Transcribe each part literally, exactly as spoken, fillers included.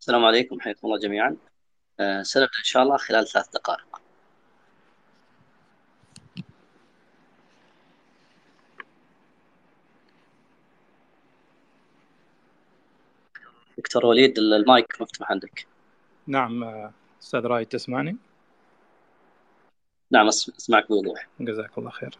السلام عليكم، حياكم الله جميعا. آه، سنبدأ إن شاء الله خلال ثلاث دقائق. دكتور وليد، المايك مفتوح عندك. نعم. آه، أستاذ رايد تسمعني؟ نعم، أس- أسمعك بوضوح. جزاك الله خير.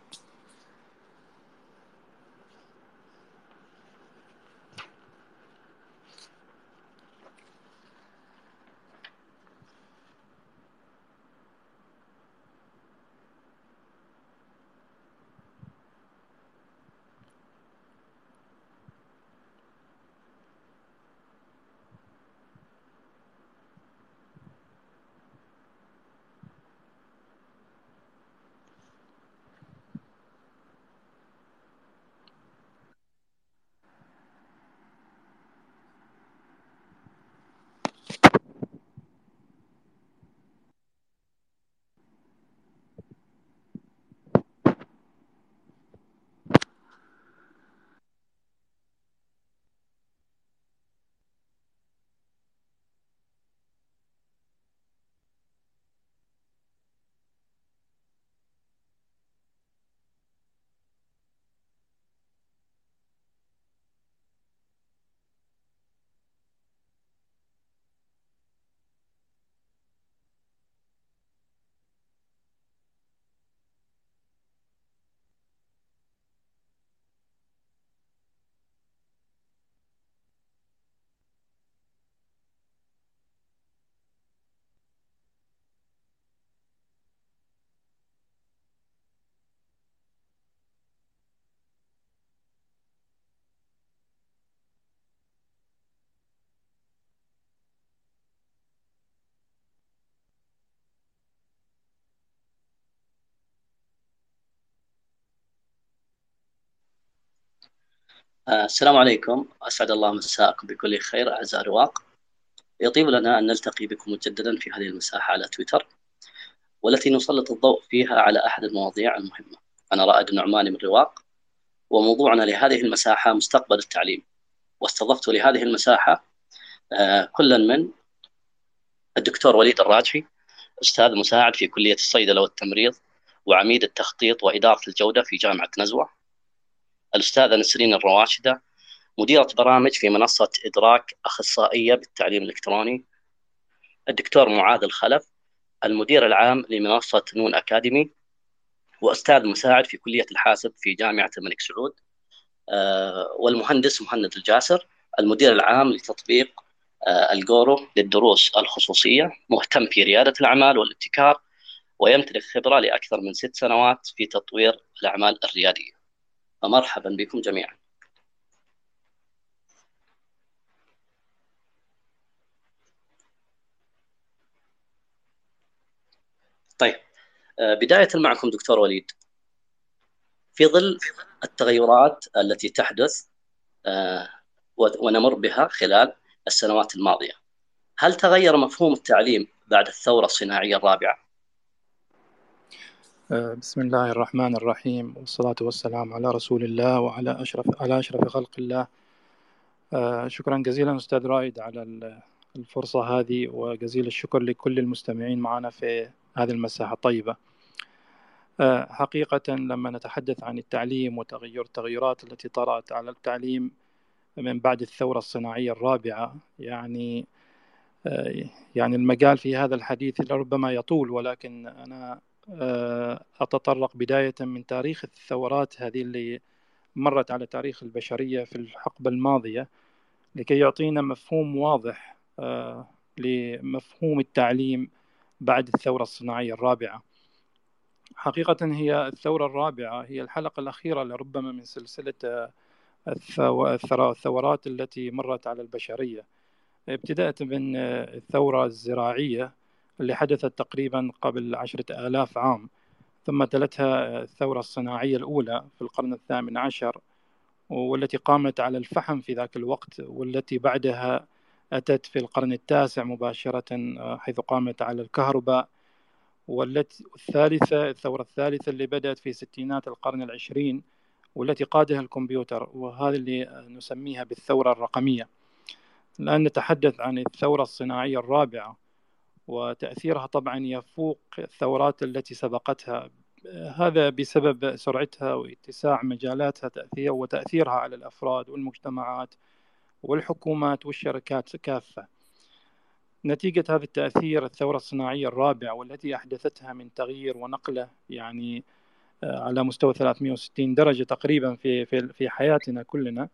آه، السلام عليكم، أسعد الله مساءكم بكل خير أعزائي الرواق. يطيب لنا أن نلتقي بكم مجددا في هذه المساحة على تويتر، والتي نسلط الضوء فيها على أحد المواضيع المهمة. أنا رائد النعماني من رواق، وموضوعنا لهذه المساحة مستقبل التعليم. واستضفت لهذه المساحة آه، كلا من الدكتور وليد الراجحي، أستاذ مساعد في كلية الصيدلة والتمريض، وعميد التخطيط وإدارة الجودة في جامعة نزوة. الأستاذة نسرين الرواشدة، مديرة برامج في منصة إدراك، أخصائية بالتعليم الإلكتروني. الدكتور معاذ الخلف، المدير العام لمنصة نون أكاديمي، وأستاذ مساعد في كلية الحاسب في جامعة الملك سعود. آه، والمهندس مهند الجاسر، المدير العام لتطبيق آه، الجورو للدروس الخصوصية، مهتم في ريادة الأعمال والابتكار، ويمتلك خبرة لأكثر من ست سنوات في تطوير الأعمال الريادية. فمرحبا بكم جميعا. طيب، آه، بداية معكم دكتور وليد، في ظل التغيرات التي تحدث آه، ونمر بها خلال السنوات الماضية، هل تغير مفهوم التعليم بعد الثورة الصناعية الرابعة؟ آه، بسم الله الرحمن الرحيم، والصلاة والسلام على رسول الله وعلى أشرف على أشرف خلق الله. آه، شكرا جزيلا أستاذ رايد على ال- الفرصة هذه، وجزيل الشكر لكل المستمعين معنا في هذه المساحة الطيبة. آه، حقيقة لما نتحدث عن التعليم وتغير التغيرات التي طرأت على التعليم من بعد الثورة الصناعية الرابعة، يعني آه، يعني المجال في هذا الحديث لربما يطول، ولكن أنا آه، أتطرق بداية من تاريخ الثورات هذه اللي مرت على تاريخ البشرية في الحقبة الماضية، لكي يعطينا مفهوم واضح آه، لمفهوم التعليم بعد الثورة الصناعية الرابعة. حقيقة هي الثورة الرابعة هي الحلقة الأخيرة لربما من سلسلة آه، الثو- الثرا- الثورات التي مرت على البشرية، ابتدأت من آه، الثورة الزراعية اللي حدثت تقريبا قبل عشرة آلاف عام، ثم تلتها آه، الثورة الصناعية الأولى في القرن الثامن عشر، والتي قامت على الفحم في ذاك الوقت، والتي بعدها أتت في القرن التاسع مباشرة آه، حيث قامت على الكهرباء، والتي الثالثة الثورة الثالثة اللي بدأت في ستينات القرن العشرين، والتي قادها الكمبيوتر، وهذه اللي نسميها بالثورة الرقمية. الآن نتحدث عن الثورة الصناعية الرابعة، وتأثيرها طبعا يفوق الثورات التي سبقتها، هذا بسبب سرعتها واتساع مجالاتها تأثير وتأثيرها على الأفراد والمجتمعات والحكومات والشركات كافة. نتيجة هذا التأثير الثورة الصناعية الرابعة والتي أحدثتها من تغيير ونقلة يعني على مستوى ثلاثمئة وستين درجة تقريبا في في في حياتنا كلنا،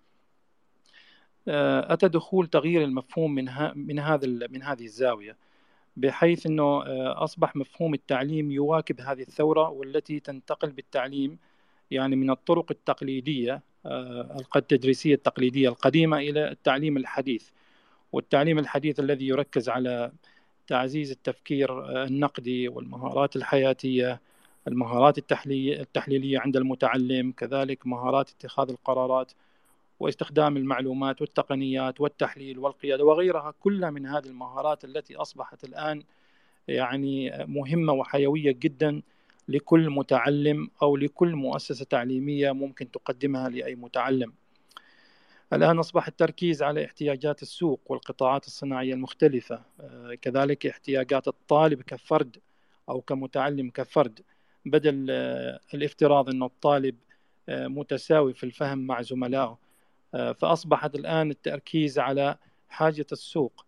أتى دخول تغيير المفهوم من من هذا من هذه الزاوية، بحيث أنه أصبح مفهوم التعليم يواكب هذه الثورة، والتي تنتقل بالتعليم يعني من الطرق التقليدية التدريسية التقليدية القديمة إلى التعليم الحديث. والتعليم الحديث الذي يركز على تعزيز التفكير النقدي والمهارات الحياتية، المهارات التحليلية عند المتعلم، كذلك مهارات اتخاذ القرارات واستخدام المعلومات والتقنيات والتحليل والقيادة وغيرها، كلها من هذه المهارات التي أصبحت الآن يعني مهمة وحيوية جدا لكل متعلم أو لكل مؤسسة تعليمية ممكن تقدمها لأي متعلم. الآن أصبح التركيز على احتياجات السوق والقطاعات الصناعية المختلفة، كذلك احتياجات الطالب كفرد أو كمتعلم كفرد، بدل الافتراض أن الطالب متساوي في الفهم مع زملائه. فأصبحت الآن التركيز على حاجة السوق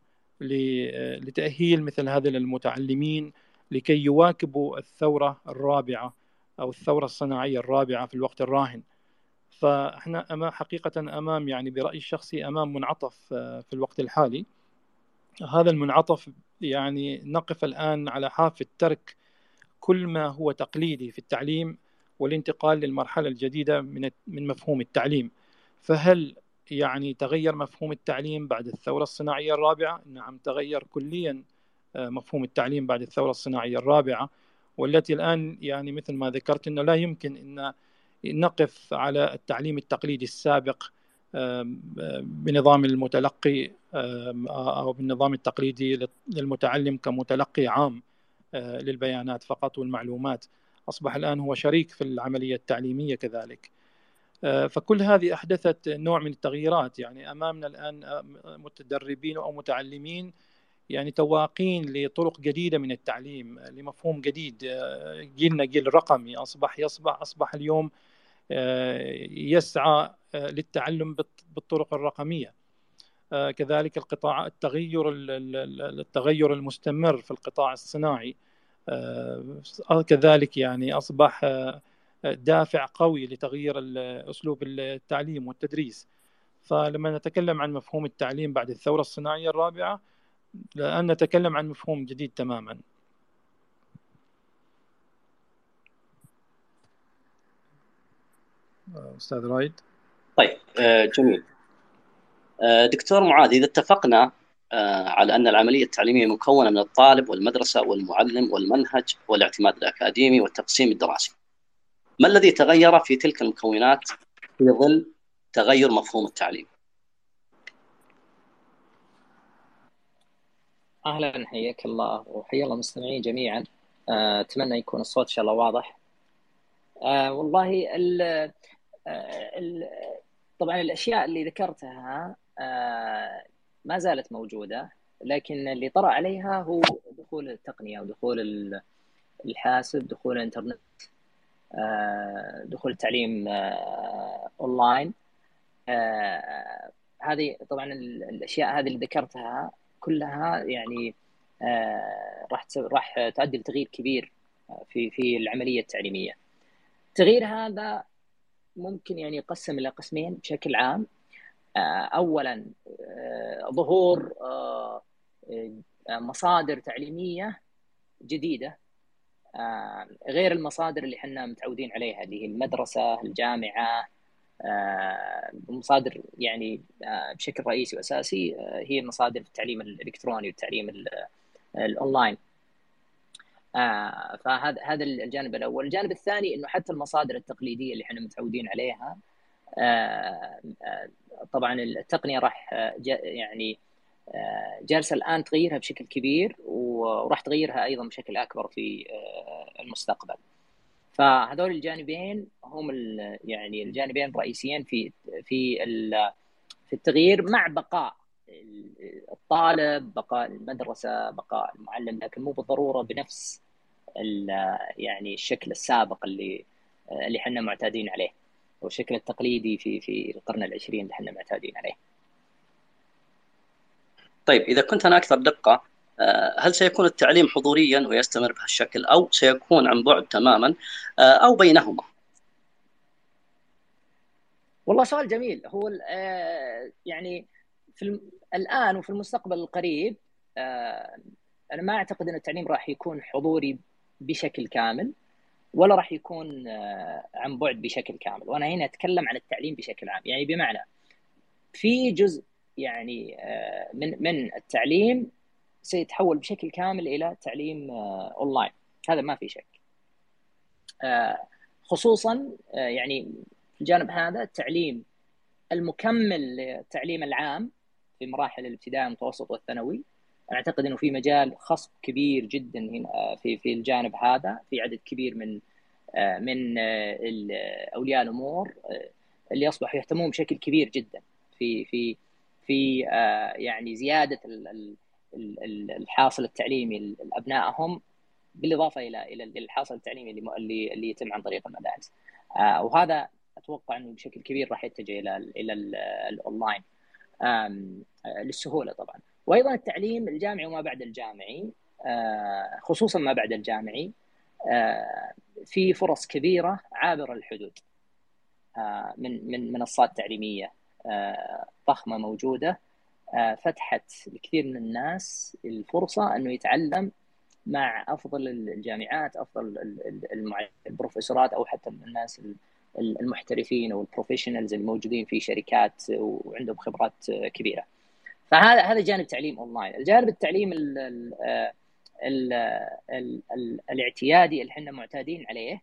لتأهيل مثل هذه المتعلمين لكي يواكبوا الثورة الرابعة أو الثورة الصناعية الرابعة في الوقت الراهن. فإحنا أمام حقيقة أمام يعني برأيي الشخصي أمام منعطف في الوقت الحالي. هذا المنعطف يعني نقف الآن على حافة ترك كل ما هو تقليدي في التعليم والانتقال للمرحلة الجديدة من من مفهوم التعليم. فهل يعني تغير مفهوم التعليم بعد الثورة الصناعية الرابعة؟ نعم، تغير كليا مفهوم التعليم بعد الثورة الصناعية الرابعة، والتي الآن يعني مثل ما ذكرت أنه لا يمكن أن نقف على التعليم التقليدي السابق بنظام المتلقي أو بالنظام التقليدي للمتعلم كمتلقي عام للبيانات فقط والمعلومات. أصبح الآن هو شريك في العملية التعليمية كذلك. فكل هذه أحدثت نوع من التغييرات. يعني أمامنا الآن متدربين أو متعلمين يعني تواقين لطرق جديدة من التعليم، لمفهوم جديد. جيلنا جيل رقمي، أصبح يصبح أصبح اليوم يسعى للتعلم بالطرق الرقمية. كذلك القطاع التغير التغير المستمر في القطاع الصناعي كذلك يعني أصبح دافع قوي لتغيير أسلوب التعليم والتدريس. فلما نتكلم عن مفهوم التعليم بعد الثورة الصناعية الرابعة، الآن نتكلم عن مفهوم جديد تماما. أستاذ رايد. طيب جميل. دكتور معاذ، إذا اتفقنا على أن العملية التعليمية مكونة من الطالب والمدرسة والمعلم والمنهج والاعتماد الأكاديمي والتقسيم الدراسي، ما الذي تغير في تلك المكونات في ظل تغير مفهوم التعليم؟ أهلا، حياك الله وحيا الله المستمعين جميعا. أتمنى يكون الصوت إن شاء الله واضح. أه والله ال ال طبعا الأشياء اللي ذكرتها أه ما زالت موجودة، لكن اللي طرأ عليها هو دخول التقنية ودخول الحاسب، دخول الإنترنت، أه دخول التعليم أه أونلاين. أه هذه طبعا الأشياء هذه اللي ذكرتها كلها يعني آه راح راح تؤدي لتغيير كبير في في العمليه التعليميه. التغيير هذا ممكن يعني يقسم الى قسمين بشكل عام. آه اولا آه ظهور آه مصادر تعليميه جديده آه غير المصادر اللي احنا متعودين عليها، اللي هي المدرسه، الجامعه. آه مصادر يعني آه بشكل رئيسي واساسي آه هي مصادر التعليم الالكتروني والتعليم الاونلاين. آه فهذا هذا الجانب الاول. الجانب الثاني انه حتى المصادر التقليديه اللي احنا متعودين عليها آه آه طبعا التقنيه راح يعني آه جالسه الان تغيرها بشكل كبير، وراح تغيرها ايضا بشكل اكبر في آه المستقبل. فهذول الجانبين هم يعني الجانبين الرئيسيين في في في التغيير، مع بقاء الطالب، بقاء المدرسة، بقاء المعلم، لكن مو بالضرورة بنفس يعني الشكل السابق اللي اللي احنا معتادين عليه، والشكل التقليدي في في القرن العشرين اللي احنا معتادين عليه. طيب إذا كنت أنا أكثر دقة، هل سيكون التعليم حضوريا ويستمر بهالشكل، أو سيكون عن بعد تماما، أو بينهما؟ والله سؤال جميل. هو يعني في الآن وفي المستقبل القريب أنا ما أعتقد أن التعليم راح يكون حضوري بشكل كامل، ولا راح يكون عن بعد بشكل كامل. وأنا هنا أتكلم عن التعليم بشكل عام، يعني بمعنى في جزء يعني من من التعليم سيتحول بشكل كامل إلى تعليم أونلاين، هذا ما في شك. خصوصا يعني في الجانب هذا التعليم المكمل للتعليم العام في مراحل الابتدائي والمتوسط والثانوي، أعتقد أنه في مجال خصب كبير جدا هنا في في الجانب هذا، في عدد كبير من من أولياء الأمور اللي أصبحوا يهتمون بشكل كبير جدا في في في يعني زيادة الحاصل التعليمي لأبنائهم، بالإضافة إلى إلى الحاصل التعليمي اللي اللي يتم عن طريق المدارس. وهذا أتوقع أنه بشكل كبير راح يتجه إلى إلى الأونلاين للسهولة طبعا. وأيضا التعليم الجامعي وما بعد الجامعي، خصوصا ما بعد الجامعي، في فرص كبيرة عابرة للحدود من من منصات تعليمية ضخمة موجودة، فتحت لكثير من الناس الفرصة أنه يتعلم مع أفضل الجامعات، أفضل البروفيسورات، أو حتى الناس المحترفين أو البروفيشنالز الموجودين في شركات وعندهم خبرات كبيرة. فهذا هذا جانب تعليم أونلاين. الجانب التعليم ال ال ال ال ال الاعتيادي اللي احنا معتادين عليه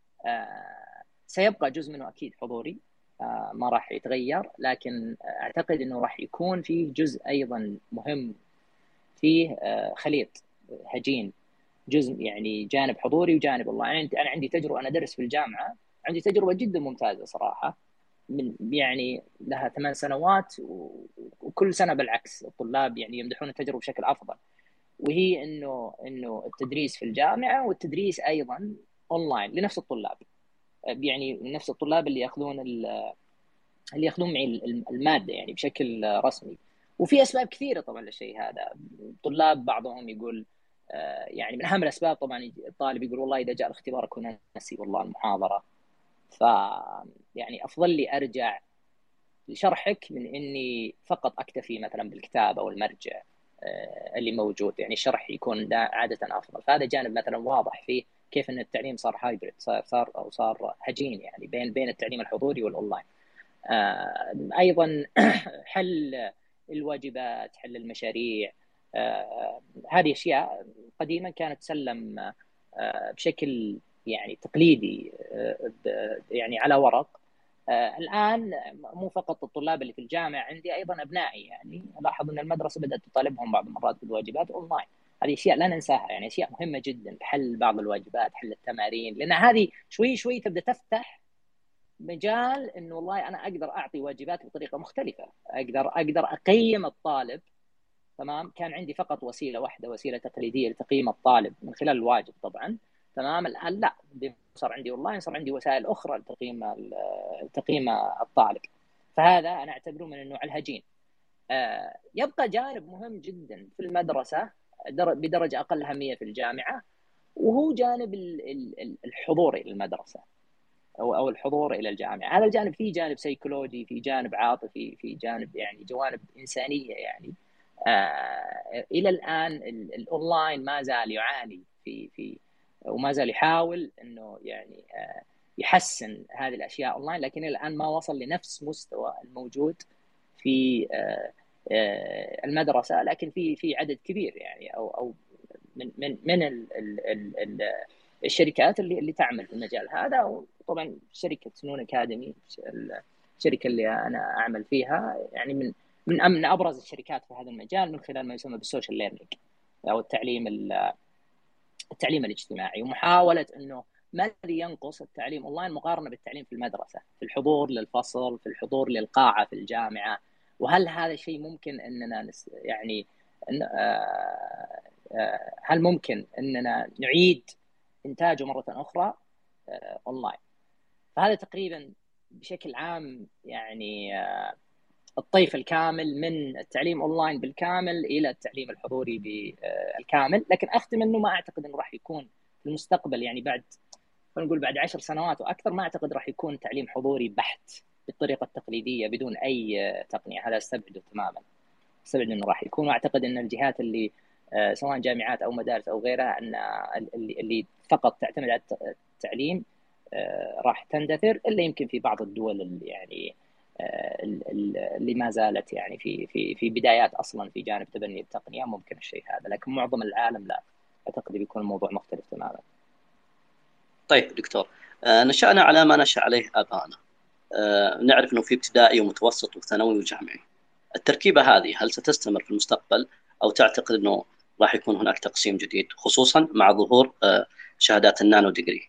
سيبقى جزء منه أكيد حضوري، ما راح يتغير، لكن أعتقد أنه راح يكون فيه جزء أيضا مهم فيه خليط هجين، جزء يعني جانب حضوري وجانب أونلاين. أنا عندي تجربة، أنا أدرس في الجامعة، عندي تجربة جدا ممتازة صراحة، من يعني لها ثمان سنوات، وكل سنة بالعكس الطلاب يعني يمدحون التجربة بشكل أفضل، وهي إنه إنه التدريس في الجامعة والتدريس أيضا أونلاين لنفس الطلاب، يعني نفس الطلاب اللي يأخذون اللي يأخذون معي المادة يعني بشكل رسمي. وفي أسباب كثيرة طبعا للشيء هذا. طلاب بعضهم يقول يعني من أهم الأسباب طبعا الطالب يقول والله إذا جاء الاختبار أكون ناسي والله المحاضرة، ف يعني أفضل لي أرجع لشرحك من إني فقط أكتفي مثلا بالكتاب أو المرجع اللي موجود، يعني الشرح يكون عادة أفضل. فهذا جانب مثلا واضح فيه كيف أن التعليم صار هايبريد، صار صار أو صار هجين يعني بين بين التعليم الحضوري والأونلاين. أيضا حل الواجبات، حل المشاريع، هذه أشياء قديما كانت تسلم بشكل يعني تقليدي يعني على ورق. الآن مو فقط الطلاب اللي في الجامعة، عندي أيضا أبنائي يعني ألاحظ أن المدرسة بدأت تطالبهم بعض المرات بالواجبات أونلاين. هذه أشياء لا ننساها، يعني أشياء مهمة جدا، حل بعض الواجبات، حل التمارين، لأن هذه شوي شوي تبدأ تفتح مجال إنه والله أنا أقدر أعطي واجبات بطريقة مختلفة، أقدر أقدر أقيم الطالب. تمام، كان عندي فقط وسيلة واحدة، وسيلة تقليدية لتقييم الطالب من خلال الواجب طبعا. تمام، الآن لا، صار عندي أونلاين، صار عندي وسائل أخرى لتقييم تقييم الطالب. فهذا أنا أعتبره من النوع الهجين. آه يبقى جانب مهم جدا في المدرسة بدرجة أقل أهمية في الجامعة، وهو جانب الحضور إلى المدرسة أو أو الحضور إلى الجامعة. هذا الجانب فيه جانب سيكولوجي، في جانب عاطفي، في جانب يعني جوانب إنسانية يعني. آه إلى الآن الأونلاين ما زال يعاني في في وما زال يحاول إنه يعني آه يحسن هذه الأشياء أونلاين، لكن الآن ما وصل لنفس مستوى الموجود في آه آه المدرسة. لكن في في عدد كبير يعني أو أو من من من ال ال ال الشركات اللي اللي تعمل في المجال هذا. وطبعا شركة سنون أكاديمي، الشركة اللي أنا أعمل فيها، يعني من من من أبرز الشركات في هذا المجال من خلال ما يسمى بالسوشيال ليرنينج أو التعليم التعليم الاجتماعي، ومحاولة إنه ما الذي ينقص التعليم أونلاين مقارنة بالتعليم في المدرسة، في الحضور للفصل، في الحضور للقاعة في الجامعة. وهل هذا الشيء ممكن أننا نس يعني هل ممكن أننا نعيد إنتاجه مرة أخرى أونلاين؟ فهذا تقريبا بشكل عام يعني الطيف الكامل من التعليم أونلاين بالكامل إلى التعليم الحضوري بالكامل. لكن أختم أنه ما أعتقد أنه راح يكون في المستقبل، يعني بعد نقول بعد عشر سنوات وأكثر، ما أعتقد راح يكون تعليم حضوري بحت بالطريقة التقليدية بدون أي تقنية. هذا استبعده تماما، استبعد أنه راح يكون. وأعتقد أن الجهات اللي سواء جامعات أو مدارس أو غيرها أن اللي فقط تعتمد على التعليم راح تندثر، إلا يمكن في بعض الدول اللي يعني اللي ما زالت يعني في في في بدايات أصلا في جانب تبني التقنية ممكن الشيء هذا، لكن معظم العالم لا، أعتقد بيكون الموضوع مختلف تماما. طيب دكتور، نشأنا على ما نشأ عليه آباءنا. نعرف أنه في ابتدائي ومتوسط وثانوي وجامعي. التركيبة هذه هل ستستمر في المستقبل، أو تعتقد أنه راح يكون هناك تقسيم جديد خصوصا مع ظهور شهادات النانو ديجري؟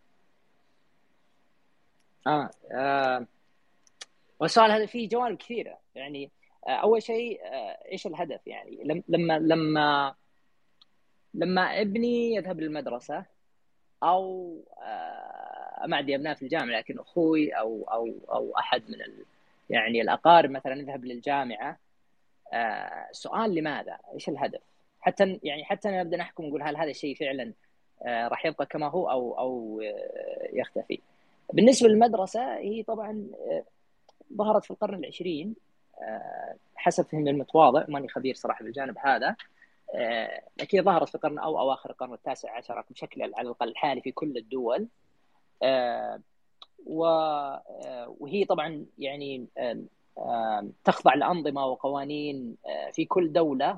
آه, آه والسؤال هذا فيه جوانب كثيرة. يعني آه أول شيء آه إيش الهدف؟ يعني لما لما لما ابني يذهب للمدرسة أو آه ما عندي أبناء في الجامعة لكن أخوي أو أو أو أحد من ال يعني الأقارب مثلا يذهب للجامعة، آه سؤال لماذا؟ إيش الهدف؟ حتى يعني حتى نبدأ نحكم نقول هل هذا الشيء فعلا آه راح يبقى كما هو أو أو آه يختفي. بالنسبة للمدرسة هي طبعا آه ظهرت في القرن العشرين آه حسب فهمي المتواضع، ماني خبير صراحة بالجانب هذا، آه لكن ظهرت في القرن أو أواخر القرن التاسع عشر بشكل على الأقل الحالي في كل الدول. آه وهي طبعا يعني آه آه تخضع لأنظمة وقوانين آه في كل دولة،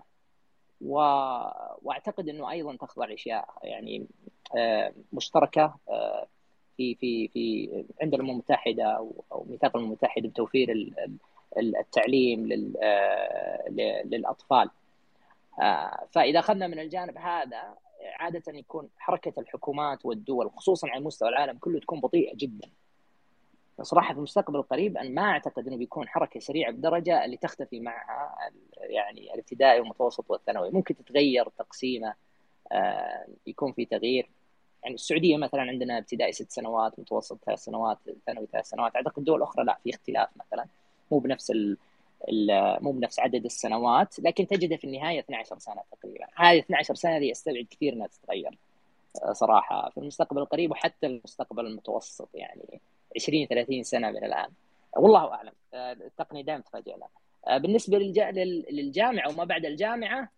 واعتقد انه ايضا تخضع لاشياء يعني مشتركه في في في عند الامم المتحده او ميثاق الامم المتحده بتوفير التعليم للاطفال. فاذا اخذنا من الجانب هذا عاده يكون حركه الحكومات والدول خصوصا على مستوى العالم كله تكون بطيئه جدا. صراحة في المستقبل القريب أنا ما أعتقد أنه بيكون حركة سريعة بدرجة اللي تختفي معها يعني الابتدائي والمتوسط والثانوي. ممكن تتغير تقسيمه، آه يكون في تغيير. يعني السعودية مثلا عندنا ابتدائي ست سنوات، متوسط ثلاث سنوات، ثانوي ثلاث سنوات. أعتقد دول أخرى لا، في اختلاف مثلا مو بنفس ال مو بنفس عدد السنوات، لكن تجده في النهاية اثنتي عشرة سنة تقريبا. هذه اثنتي عشرة سنة دي استبعد كثير أنها تتغير صراحة في المستقبل القريب وحتى المستقبل المتوسط، يعني عشرين ثلاثين سنة من الآن والله أعلم. التقنية دائما تفاجئنا. بالنسبة للجامعة وما بعد الجامعة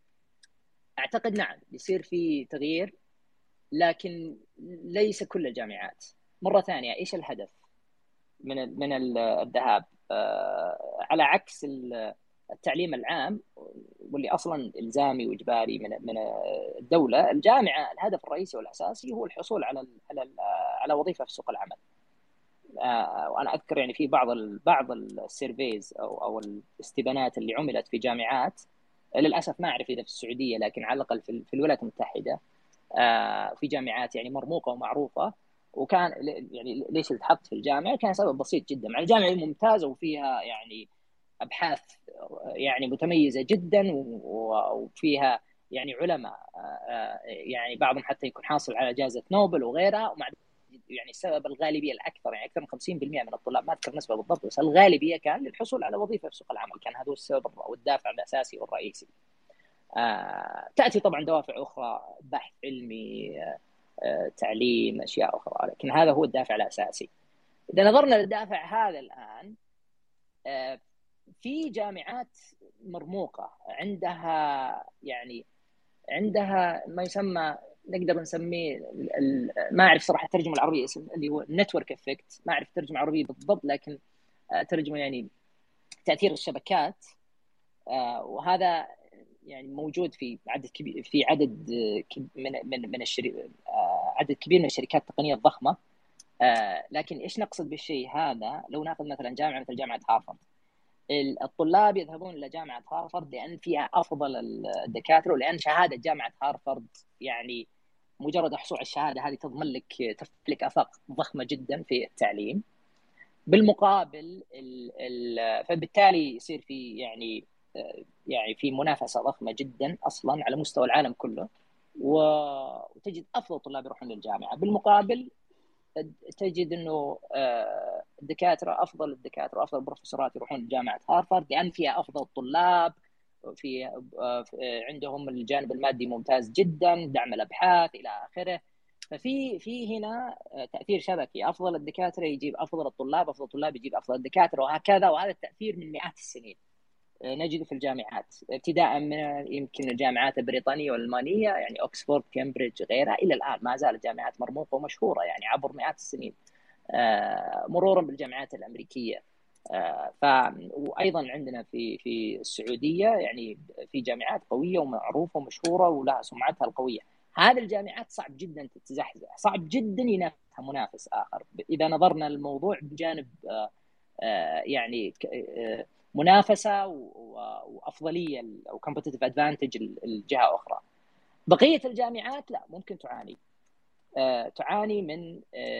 أعتقد نعم يصير في تغيير، لكن ليس كل الجامعات. مرة ثانية إيش الهدف من من الذهاب؟ على عكس التعليم العام واللي أصلا إلزامي وإجباري من من الدولة، الجامعة الهدف الرئيسي والأساسي هو الحصول على على على وظيفة في سوق العمل. وأنا أذكر يعني في بعض بعض السيرفيز أو أو الاستبيانات اللي عملت في جامعات، للأسف ما أعرف إذا في السعودية لكن على الأقل في في الولايات المتحدة في جامعات يعني مرموقة ومعروفة. وكان يعني ليش التحقت في الجامعة كان سبب بسيط جدا، مع الجامعة ممتازة وفيها يعني أبحاث يعني متميزة جدا وفيها يعني علماء يعني بعضهم حتى يكون حاصل على جائزة نوبل وغيرها، ومع يعني السبب الغالبية الأكثر يعني أكثر من خمسين بالمئة من الطلاب، ما أذكر نسبة بالضبط بس الغالبية كان للحصول على وظيفة في سوق العمل. كان هذا هو السبب والدافع الأساسي والرئيسي. آه، تأتي طبعا دوافع أخرى، بحث علمي، آه، تعليم، أشياء أخرى، لكن هذا هو الدافع الأساسي. إذا نظرنا للدافع هذا الآن، آه، في جامعات مرموقة عندها يعني عندها ما يسمى نقدر نسميه ما أعرف صراحة الترجمة العربية اسم اللي هو نتورك افكت، ما أعرف الترجمة العربية بالضبط لكن ترجمة يعني تأثير الشبكات. وهذا يعني موجود في عدد كبير في عدد من من من الشري... عدد كبير من الشركات التقنية الضخمة. لكن إيش نقصد بالشيء هذا؟ لو نأخذ مثلا جامعة مثل جامعة هارفارد، الطلاب يذهبون إلى جامعة هارفارد لأن فيها أفضل الدكاترة، ولأن شهادة جامعة هارفارد يعني مجرد حصول على الشهادة هذه تضمن لك تفتح لك آفاق ضخمة جدا في التعليم. بالمقابل ال ال فبالتالي يصير في يعني يعني في منافسه ضخمه جدا اصلا على مستوى العالم كله، وتجد افضل طلاب يروحون للجامعه. بالمقابل تجد انه الدكاتره افضل الدكاتره افضل البروفيسورات يروحون لجامعه هارفارد لان فيها افضل طلاب، في عندهم الجانب المادي ممتاز جدا، دعم الابحاث الى اخره. ففي في هنا تاثير شبكي، افضل الدكاتره يجيب افضل الطلاب، افضل الطلاب يجيب افضل الدكاتره، وهكذا. وهذا التاثير من مئات السنين نجده في الجامعات، ابتداء من يمكن الجامعات البريطانيه والالمانيه يعني اوكسفورد كامبريدج غيرها، الى الان ما زالت جامعات مرموقه ومشهوره يعني عبر مئات السنين، مرورا بالجامعات الامريكيه. ف وايضا عندنا في في السعوديه يعني في جامعات قويه ومعروفه ومشهوره ولها سمعتها القويه. هذه الجامعات صعب جدا تتزحزح، صعب جدا ينافسها منافس اخر اذا نظرنا الموضوع بجانب يعني منافسه وافضليه او كومبتيتيف ادفانتج الجهه اخرى. بقيه الجامعات لا، ممكن تعاني تعاني من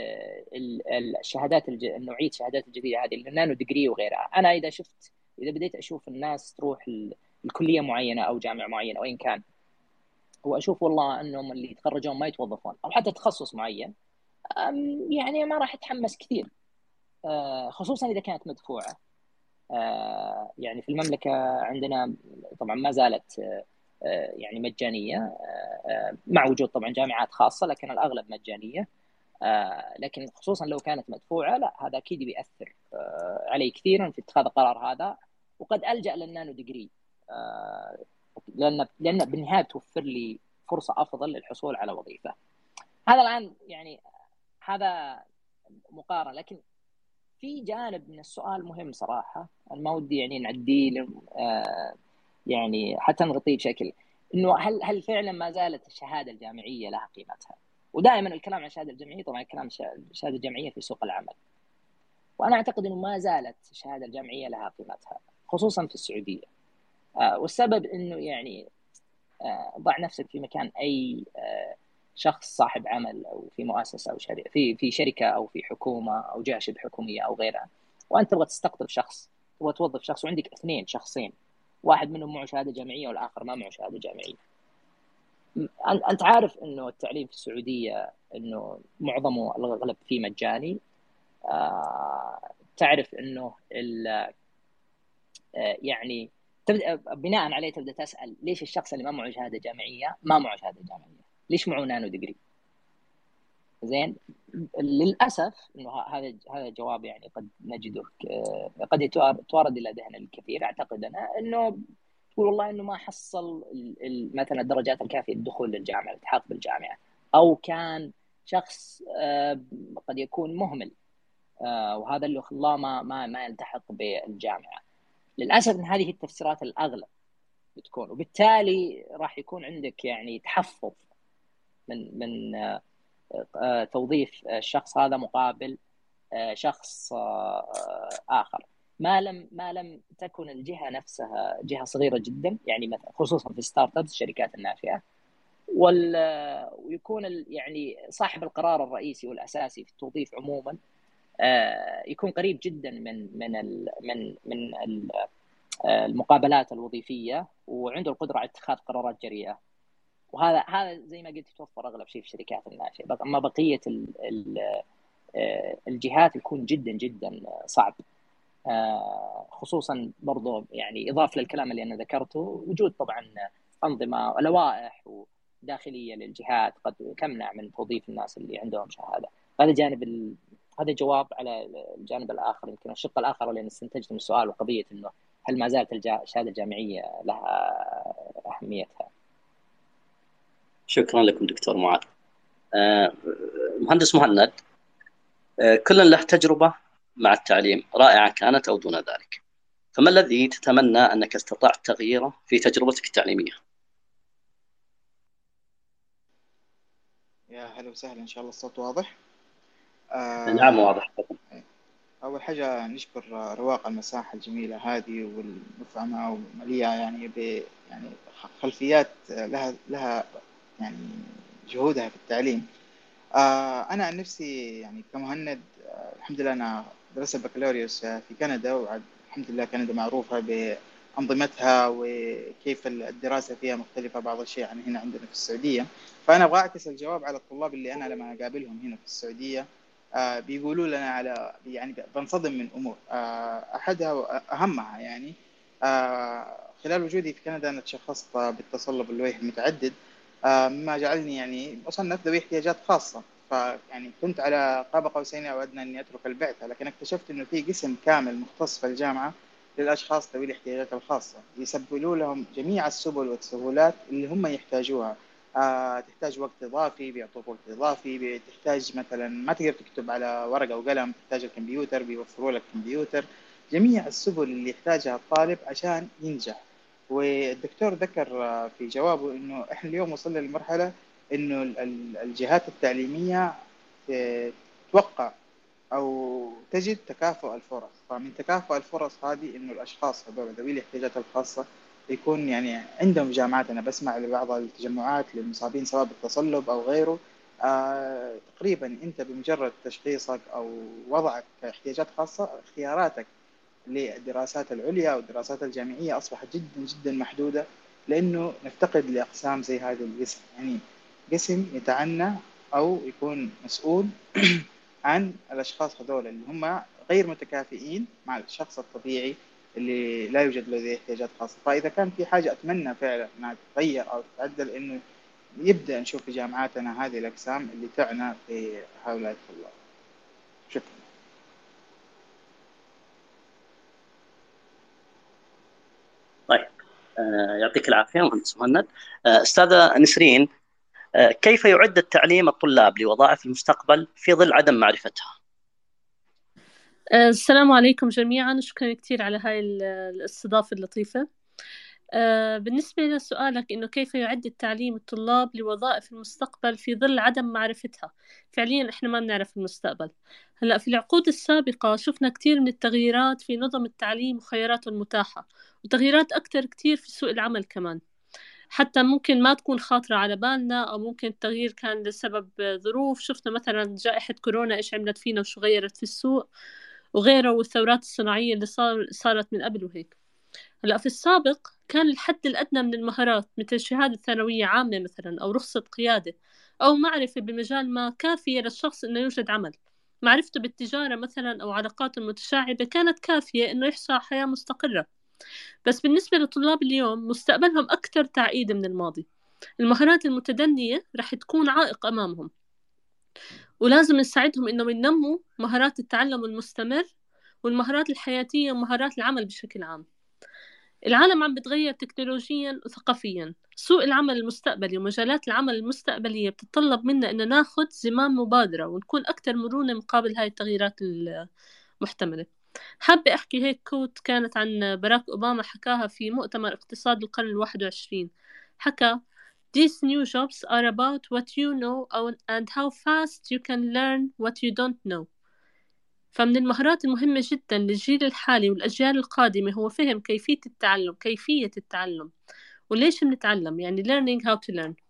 الشهادات النوعيه الشهادات الجديده هذه النانو ديجري وغيرها. انا اذا شفت اذا بديت اشوف الناس تروح الكليه معينه او جامعه معينه وين كان، واشوف والله انهم اللي يتخرجون ما يتوظفون او حتى تخصص معين، يعني ما راح اتحمس كثير، خصوصا اذا كانت مدفوعه. يعني في المملكه عندنا طبعا ما زالت يعني مجانيه، مع وجود طبعا جامعات خاصه لكن الاغلب مجانيه. لكن خصوصا لو كانت مدفوعه لا، هذا اكيد بيأثر علي كثيرا في اتخاذ القرار هذا، وقد ألجأ للنانو ديجري لان لان بالنهايه توفر لي فرصه افضل للحصول على وظيفه. هذا الان يعني هذا مقارنه، لكن في جانب من السؤال مهم صراحه انا ما ودي يعني نعديه يعني حتى نغطيه بشكل انه هل هل فعلا ما زالت الشهاده الجامعيه لها قيمتها؟ ودائما الكلام عن الشهاده الجامعيه طبعا الكلام الشهاده الجامعيه في سوق العمل، وانا اعتقد انه ما زالت الشهاده الجامعيه لها قيمتها خصوصا في السعوديه. آه والسبب انه يعني آه ضع نفسك في مكان اي آه شخص صاحب عمل او في مؤسسه او شركه في في شركه او في حكومه او جهه شبه حكوميه او غيرها، وانت تبغى تستقطب شخص، تبغى توظف شخص وعندك اثنين شخصين، واحد منهم معه شهاده جامعيه والاخر ما معه شهاده جامعيه. انت عارف انه التعليم في السعوديه انه معظمه الاغلب فيه مجاني. آه تعرف انه آه يعني تبدا بناء عليه تبدا تسال ليش الشخص اللي ما معه شهاده جامعيه ما معه شهاده جامعيه؟ ليش معه نانو ديجري؟ زين، للاسف انه هذا هذا جواب يعني قد نجده قد يتوارد الى ذهن الكثير. اعتقد انا انه تقول والله انه ما حصل مثلا الدرجات الكافيه للدخول للجامعه، الالتحاق بالجامعه، او كان شخص قد يكون مهمل وهذا اللي خلاه ما ما ما يلتحق بالجامعه. للاسف ان هذه التفسيرات الاغلب بتكون، وبالتالي راح يكون عندك يعني تحفظ من من توظيف الشخص هذا مقابل شخص آخر، ما لم ما لم تكن الجهة نفسها جهة صغيرة جدا، يعني مثلا خصوصا في ستارت ابس الشركات الناشئة، ويكون يعني صاحب القرار الرئيسي والأساسي في التوظيف عموما يكون قريب جدا من من من من المقابلات الوظيفية، وعنده القدرة على اتخاذ قرارات جريئة. وهذا هذا زي ما قلت يتوفر اغلب شيء في الشركات الناشئه، اما بقيه الجهات يكون جدا جدا صعب. خصوصا برضو يعني اضافه للكلام اللي انا ذكرته، وجود طبعا انظمه ولوائح داخليه للجهات قد تمنع من توظيف الناس اللي عندهم شهاده. هذا جانب ال... هذا جواب على الجانب الاخر. يمكن الشق الاخر اللي استنتجته من السؤال وقضيه انه هل ما زالت الشهاده الجامعيه لها اهميتها. شكرا لكم دكتور معاذ. آه، مهندس مهند، آه، كل له تجربة مع التعليم رائعة كانت أو دون ذلك، فما الذي تتمنى أنك استطعت تغييره في تجربتك التعليمية؟ يا هلا وسهلا، إن شاء الله الصوت واضح. آه نعم واضح. أول حاجة نشكر رواق المساحة الجميلة هذه والمفعمة ومليئة يعني ب يعني خلفيات لها لها يعني جهودها في التعليم. آه أنا عن نفسي يعني كمهند، آه الحمد لله أنا درست البكالوريوس في كندا، وعد الحمد لله كندا معروفة بأنظمتها وكيف الدراسة فيها مختلفة بعض الشيء عن هنا عندنا في السعودية. فأنا أبغى أعكس الجواب على الطلاب اللي أنا لما أقابلهم هنا في السعودية آه بيقولوا لنا على يعني بنصدم من أمور، آه أحدها وأهمها يعني آه خلال وجودي في كندا أنا تشخصت بالتصلب اللويحي المتعدد، آه مما جعلني يعني مصنف ذوي احتياجات خاصة. فيعني كنت على قاب قوسين أو أدنى إني أترك البعثة، لكن اكتشفت إنه في قسم كامل مختص في الجامعة للأشخاص ذوي الاحتياجات الخاصة، يسبلوا لهم جميع السبل والسهولات اللي هم يحتاجوها. آه تحتاج وقت إضافي بيعطوك وقت إضافي، بتحتاج مثلا ما تقدر تكتب على ورقة وقلم تحتاج الكمبيوتر بيوفروا لك كمبيوتر، جميع السبل اللي يحتاجها الطالب عشان ينجح. والدكتور ذكر في جوابه إنه إحنا اليوم وصلنا لمرحلة إنه الجهات التعليمية توقع أو تجد تكافؤ الفرص. فمن تكافؤ الفرص هذه إنه الأشخاص هذول ذوي الاحتياجات الخاصة يكون يعني عندهم جامعات. أنا بسمع لبعض التجمعات للمصابين سواء بالتصلب أو غيره، آه تقريبا أنت بمجرد تشخيصك أو وضعك كاحتياجات خاصة اختياراتك للدراسات العليا والدراسات الجامعية أصبحت جدا جدا محدودة، لأنه نفتقد لأقسام زي هذا القسم، يعني قسم يتعنى أو يكون مسؤول عن الأشخاص هذول اللي هم غير متكافئين مع الشخص الطبيعي اللي لا يوجد له احتياجات خاصة. فإذا كان في حاجة أتمنى فعلا أنها تتغير أو تتعدل، إنه يبدأ نشوف في جامعاتنا هذه الأقسام اللي تعنى بهؤلاء الطلاب. شكرا. طيب آه يعطيك العافية مهندس مهند. آه أستاذة نسرين، آه كيف يعد التعليم الطلاب لوظائف المستقبل في ظل عدم معرفتها؟ السلام عليكم جميعا، شكرا كثير على هاي الاستضافة اللطيفة. بالنسبة لسؤالك إنه كيف يعد التعليم الطلاب لوظائف المستقبل في ظل عدم معرفتها، فعليا إحنا ما بنعرف المستقبل. هلأ في العقود السابقة شفنا كثير من التغييرات في نظم التعليم وخياراته المتاحة، وتغييرات أكثر كثير في سوق العمل كمان، حتى ممكن ما تكون خاطرة على بالنا، أو ممكن التغيير كان لسبب ظروف. شفنا مثلا جائحة كورونا إيش عملت فينا وشو غيرت في السوق وغيره، والثورات الصناعية اللي صار صارت من قبل وهيك. هلأ في السابق كان الحد الأدنى من المهارات مثل شهادة ثانوية عامة مثلا، أو رخصة قيادة، أو معرفة بمجال ما كافية للشخص إنه يوجد عمل. معرفته بالتجارة مثلا أو علاقاته المتشعبة كانت كافية إنه يحصل على حياة مستقرة. بس بالنسبة لطلاب اليوم مستقبلهم أكثر تعقيد من الماضي. المهارات المتدنية رح تكون عائق أمامهم، ولازم نساعدهم إنهم ينموا مهارات التعلم المستمر والمهارات الحياتية ومهارات العمل بشكل عام. العالم عم بتغير تكنولوجيا وثقافيا. سوق العمل المستقبلي ومجالات العمل المستقبلية بتتطلب منا إن ناخد زمام مبادرة ونكون أكثر مرونة مقابل هاي التغييرات المحتملة. حابة أحكي هيك كوت كانت عن باراك أوباما، حكاها في مؤتمر اقتصاد القرن الواحد وعشرين. حكى These new jobs are about what you know and how fast you can learn what you don't know. فمن المهارات المهمة جدا للجيل الحالي والأجيال القادمة هو فهم كيفية التعلم كيفية التعلم وليش بنتعلم، يعني learning how to learn.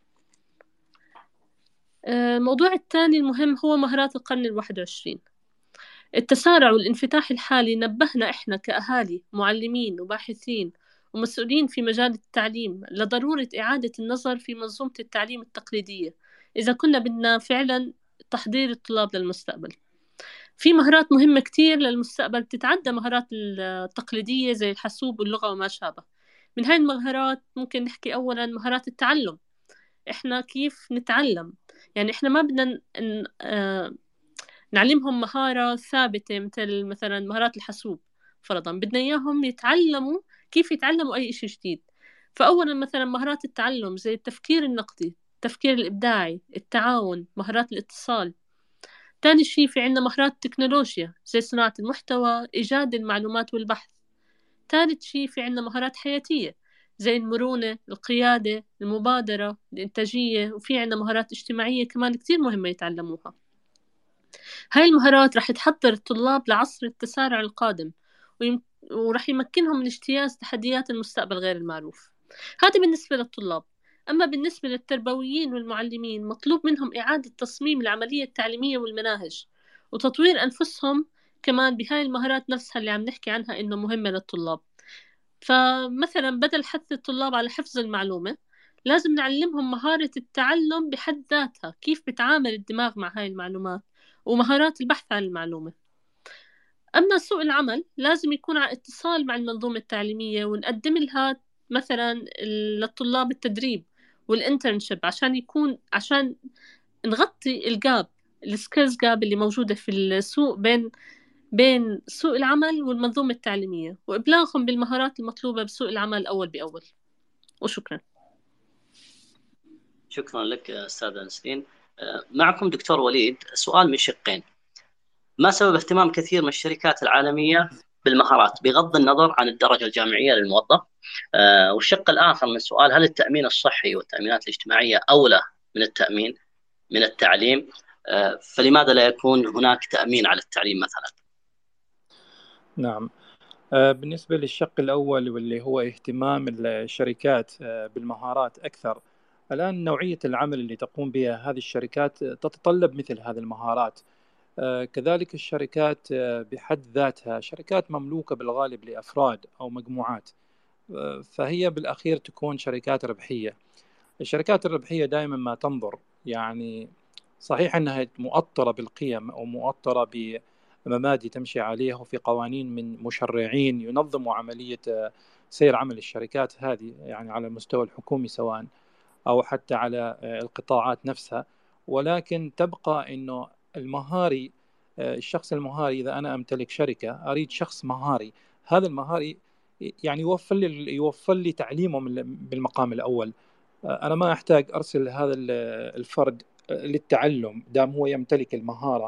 الموضوع الثاني المهم هو مهارات القرن الواحد وعشرين. التسارع والانفتاح الحالي نبهنا إحنا كأهالي معلمين وباحثين ومسؤولين في مجال التعليم لضرورة إعادة النظر في منظومة التعليم التقليدية إذا كنا بدنا فعلا تحضير الطلاب للمستقبل. في مهارات مهمة كتير للمستقبل تتعدى مهارات التقليدية زي الحاسوب واللغة وما شابه. من هاي المهارات ممكن نحكي أولا مهارات التعلم. إحنا كيف نتعلم، يعني إحنا ما بدنا ن... آه... نعلمهم مهارة ثابتة مثل مثلا مهارات الحاسوب فرضا، بدنا إياهم يتعلموا كيف يتعلموا أي إشي جديد. فأولا مثلا مهارات التعلم زي التفكير النقدي، التفكير الإبداعي، التعاون، مهارات الاتصال. تاني شيء في عنا مهارات التكنولوجيا زي صناعة المحتوى، إيجاد المعلومات والبحث. ثالث شيء في عنا مهارات حياتية زي المرونة، القيادة، المبادرة، الإنتاجية. وفي عنا مهارات اجتماعية كمان كتير مهمة يتعلموها. هاي المهارات رح تحضر الطلاب لعصر التسارع القادم ويم... ورح يمكنهم من اجتياز تحديات المستقبل غير المعروف. هذا بالنسبة للطلاب. أما بالنسبة للتربويين والمعلمين مطلوب منهم إعادة تصميم العملية التعليمية والمناهج وتطوير أنفسهم كمان بهاي المهارات نفسها اللي عم نحكي عنها إنه مهمة للطلاب. فمثلا بدل حث الطلاب على حفظ المعلومة، لازم نعلمهم مهارة التعلم بحد ذاتها، كيف بتعامل الدماغ مع هاي المعلومات، ومهارات البحث عن المعلومة. أما سوق العمل لازم يكون على اتصال مع المنظومة التعليمية، ونقدم لها مثلا للطلاب التدريب والانترنشيب عشان يكون عشان نغطي الجاب، السكيلز جاب اللي موجودة في السوق بين بين سوق العمل والمنظومة التعليمية، وإبلاغهم بالمهارات المطلوبة بسوق العمل أول بأول. وشكرا. شكرا لك أستاذ نسرين. معكم دكتور وليد. سؤال من شقين: ما سبب اهتمام كثير من الشركات العالمية بالمهارات بغض النظر عن الدرجة الجامعية للموظف؟ آه والشق الآخر من السؤال: هل التأمين الصحي والتأمينات الاجتماعية أولى من التأمين من التعليم؟ آه فلماذا لا يكون هناك تأمين على التعليم مثلا؟ نعم. آه، بالنسبة للشق الأول واللي هو اهتمام الشركات آه، بالمهارات أكثر، الآن نوعية العمل اللي تقوم بها هذه الشركات تتطلب مثل هذه المهارات. آه، كذلك الشركات آه، بحد ذاتها شركات مملوكة بالغالب لأفراد أو مجموعات، آه، فهي بالأخير تكون شركات ربحية. الشركات الربحية دائما ما تنظر، يعني صحيح أنها مؤطرة بالقيم أو مؤطرة بمبادئ تمشي عليها وفي قوانين من مشرعين ينظموا عملية آه، سير عمل الشركات هذه، يعني على المستوى الحكومي سواء أو حتى على آه، القطاعات نفسها، ولكن تبقى أنه المهاري، آه، الشخص المهاري، إذا أنا أمتلك شركة أريد شخص مهاري، هذا المهاري يعني يوفر لي يوفر لي تعليمه بالمقام الأول. أنا ما أحتاج أرسل هذا الفرد للتعلم دام هو يمتلك المهارة.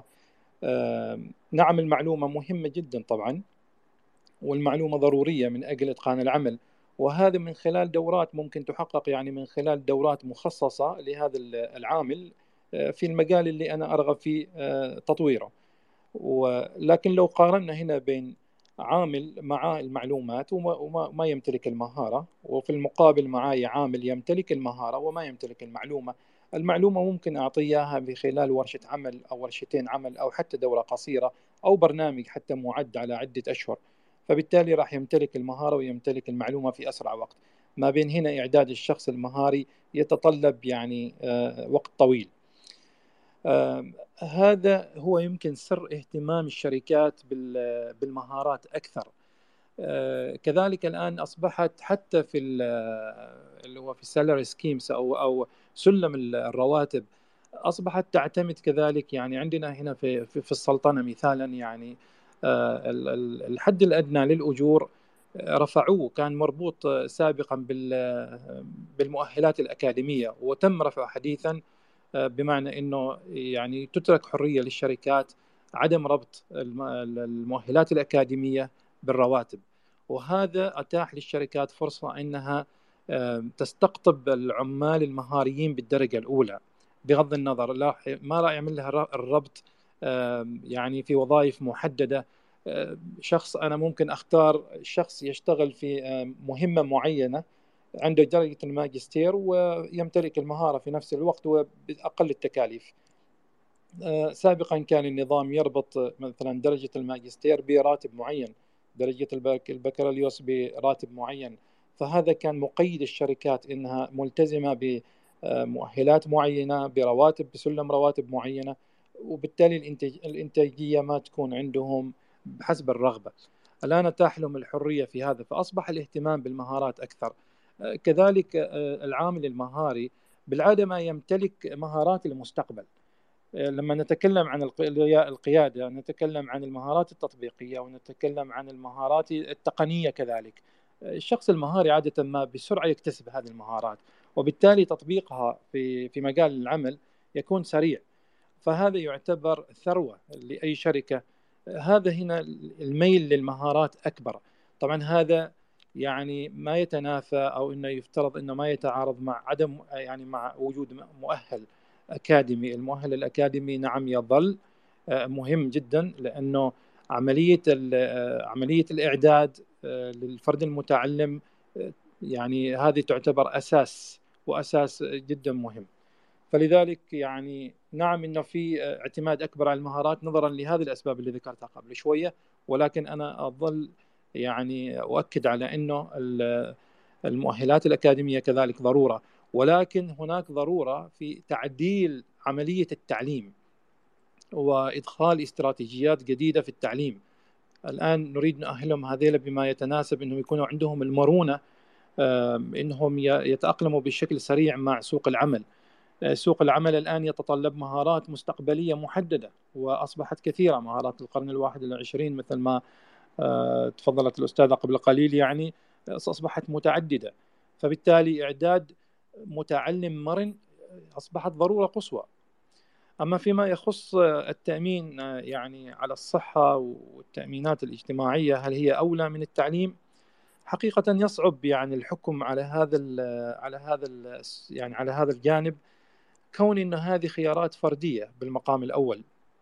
نعم، المعلومة مهمة جدا طبعا، والمعلومة ضرورية من أجل إتقان العمل، وهذا من خلال دورات ممكن تحقق، يعني من خلال دورات مخصصة لهذا العامل في المجال اللي أنا أرغب في تطويره. ولكن لو قارنا هنا بين عامل مع المعلومات وما ما يمتلك المهارة، وفي المقابل معاي عامل يمتلك المهارة وما يمتلك المعلومة، المعلومة ممكن أعطيها بخلال ورشة عمل أو ورشتين عمل أو حتى دورة قصيرة أو برنامج حتى معد على عدة أشهر، فبالتالي راح يمتلك المهارة ويمتلك المعلومة في أسرع وقت. ما بين هنا إعداد الشخص المهاري يتطلب يعني وقت طويل. آه هذا هو يمكن سر اهتمام الشركات بالمهارات أكثر. آه كذلك الآن أصبحت حتى في اللي هو في السالاري سكيمز أو أو سلم الرواتب، أصبحت تعتمد كذلك، يعني عندنا هنا في في السلطنة مثالا، يعني آه الحد الأدنى للأجور رفعوه، كان مربوط سابقا بالمؤهلات الأكاديمية، وتم رفعه حديثا بمعنى أنه يعني تترك حرية للشركات عدم ربط المؤهلات الأكاديمية بالرواتب، وهذا أتاح للشركات فرصة أنها تستقطب العمال المهاريين بالدرجة الأولى بغض النظر، لا ما راح يعمل لها الربط يعني في وظائف محددة. شخص أنا ممكن أختار شخص يشتغل في مهمة معينة عنده درجة الماجستير ويمتلك المهارة في نفس الوقت وبأقل التكاليف. سابقا كان النظام يربط مثلا درجة الماجستير براتب معين، درجة البكالوريوس براتب معين، فهذا كان مقيد الشركات إنها ملتزمة بمؤهلات معينة برواتب بسلم رواتب معينة، وبالتالي الإنتاجية ما تكون عندهم بحسب الرغبة. الآن أتاح لهم الحرية في هذا، فأصبح الاهتمام بالمهارات أكثر. كذلك العامل المهاري بالعادة ما يمتلك مهارات المستقبل. لما نتكلم عن القيادة نتكلم عن المهارات التطبيقية ونتكلم عن المهارات التقنية كذلك. الشخص المهاري عادة ما بسرعة يكتسب هذه المهارات، وبالتالي تطبيقها في في مجال العمل يكون سريع، فهذا يعتبر ثروة لأي شركة. هذا هنا الميل للمهارات أكبر. طبعا هذا يعني ما يتنافى أو إنه يفترض إنه ما يتعارض مع عدم يعني مع وجود مؤهل أكاديمي. المؤهل الأكاديمي نعم يظل مهم جدا، لأنه عملية عملية الإعداد للفرد المتعلم يعني هذه تعتبر أساس وأساس جدا مهم. فلذلك يعني نعم إنه في اعتماد أكبر على المهارات نظرا لهذه الأسباب اللي ذكرتها قبل شوية، ولكن أنا أظل يعني أؤكد على أنه المؤهلات الأكاديمية كذلك ضرورة، ولكن هناك ضرورة في تعديل عملية التعليم وإدخال استراتيجيات جديدة في التعليم. الآن نريد نؤهلهم هذيلا بما يتناسب أنهم يكونوا عندهم المرونة، أنهم يتأقلموا بشكل سريع مع سوق العمل. سوق العمل الآن يتطلب مهارات مستقبلية محددة وأصبحت كثيرة، مهارات القرن الواحد والعشرين مثل ما تفضلت الأستاذة قبل قليل يعني أصبحت متعددة، فبالتالي إعداد متعلم مرن أصبحت ضرورة قصوى. أما فيما يخص التأمين يعني على الصحة والتأمينات الاجتماعية هل هي أولى من التعليم؟ حقيقة يصعب يعني الحكم على هذا على هذا يعني على هذا الجانب، كون أن هذه خيارات فردية بالمقام الأول.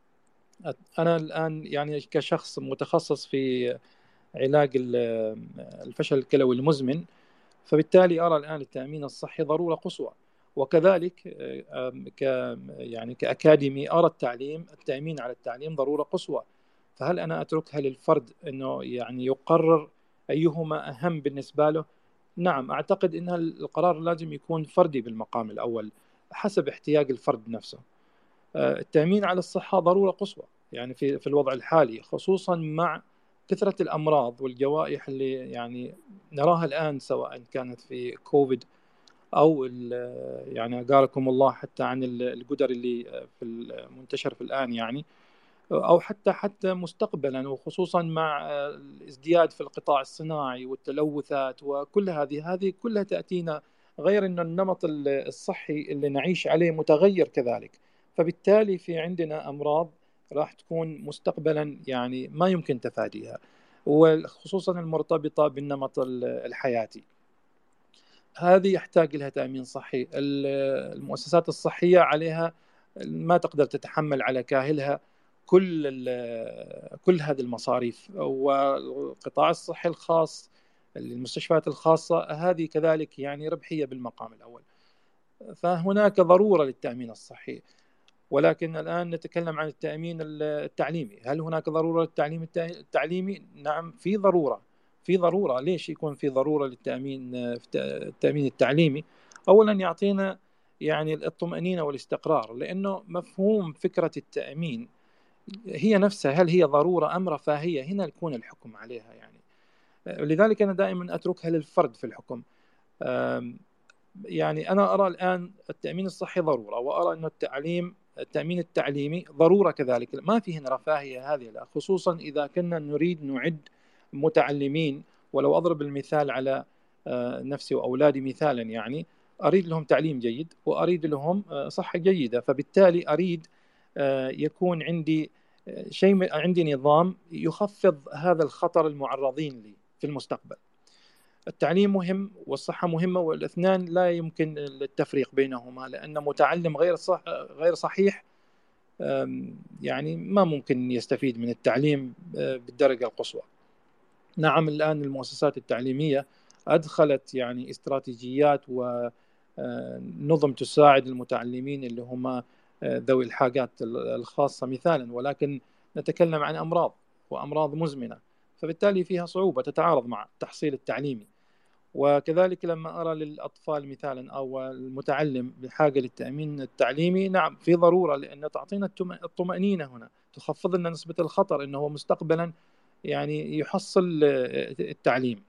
أنا الآن يعني كشخص متخصص في علاج الفشل الكلوي المزمن، فبالتالي أرى الآن التأمين الصحي ضرورة قصوى، وكذلك ك يعني كأكاديمي أرى التعليم التأمين على التعليم ضرورة قصوى. فهل أنا أتركها للفرد أنه يعني يقرر أيهما أهم بالنسبة له؟ نعم، أعتقد أن القرار لازم يكون فردي بالمقام الأول حسب احتياج الفرد نفسه. التأمين على الصحة ضرورة قصوى يعني في في الوضع الحالي، خصوصا مع كثرة الأمراض والجوائح اللي يعني نراها الآن، سواء كانت في كوفيد أو يعني أجاركم الله حتى عن القدر اللي في المنتشر في الآن يعني، أو حتى حتى مستقبلا، وخصوصا مع الازدياد في القطاع الصناعي والتلوثات وكل هذه هذه كلها تأتينا، غير أن النمط الصحي اللي نعيش عليه متغير كذلك. فبالتالي في عندنا أمراض راح تكون مستقبلا يعني ما يمكن تفاديها، وخصوصا المرتبطة بالنمط الحياتي، هذه يحتاج لها تأمين صحي. المؤسسات الصحية عليها ما تقدر تتحمل على كاهلها كل كل هذه المصاريف، والقطاع الصحي الخاص المستشفيات الخاصة هذه كذلك يعني ربحية بالمقام الأول، فهناك ضرورة للتأمين الصحي. ولكن الآن نتكلم عن التأمين التعليمي، هل هناك ضرورة للتعليم التعليمي؟ نعم، في ضرورة في ضرورة ليش يكون في ضرورة للتأمين التأمين التعليمي؟ أولا يعطينا يعني الطمأنينة والاستقرار، لأنه مفهوم فكرة التأمين هي نفسها هل هي ضرورة أم رفاهية؟ هنا يكون الحكم عليها يعني. لذلك أنا دائما أتركها للفرد في الحكم. يعني أنا أرى الآن التأمين الصحي ضرورة، وأرى أن التعليم التأمين التعليمي ضرورة كذلك، ما فيه رفاهية هذه لا، خصوصا إذا كنا نريد نعد متعلمين. ولو أضرب المثال على نفسي وأولادي مثالا، يعني أريد لهم تعليم جيد وأريد لهم صحة جيدة، فبالتالي أريد يكون عندي شيء، عندي نظام يخفض هذا الخطر المعرضين لي في المستقبل. التعليم مهم والصحة مهمة، والاثنان لا يمكن التفريق بينهما، لأن متعلم غير صح غير صحيح يعني ما ممكن يستفيد من التعليم بالدرجة القصوى. نعم، الآن المؤسسات التعليمية أدخلت يعني استراتيجيات ونظم تساعد المتعلمين اللي هم ذوي الحاجات الخاصة مثالا، ولكن نتكلم عن أمراض وأمراض مزمنة، فبالتالي فيها صعوبة تتعارض مع التحصيل التعليمي. وكذلك لما أرى للأطفال مثالا أو المتعلم بحاجة للتأمين التعليمي، نعم في ضرورة، لأن تعطينا الطمأنينة هنا، تخفض لنا نسبة الخطر أنه مستقبلا يعني يحصل التعليم.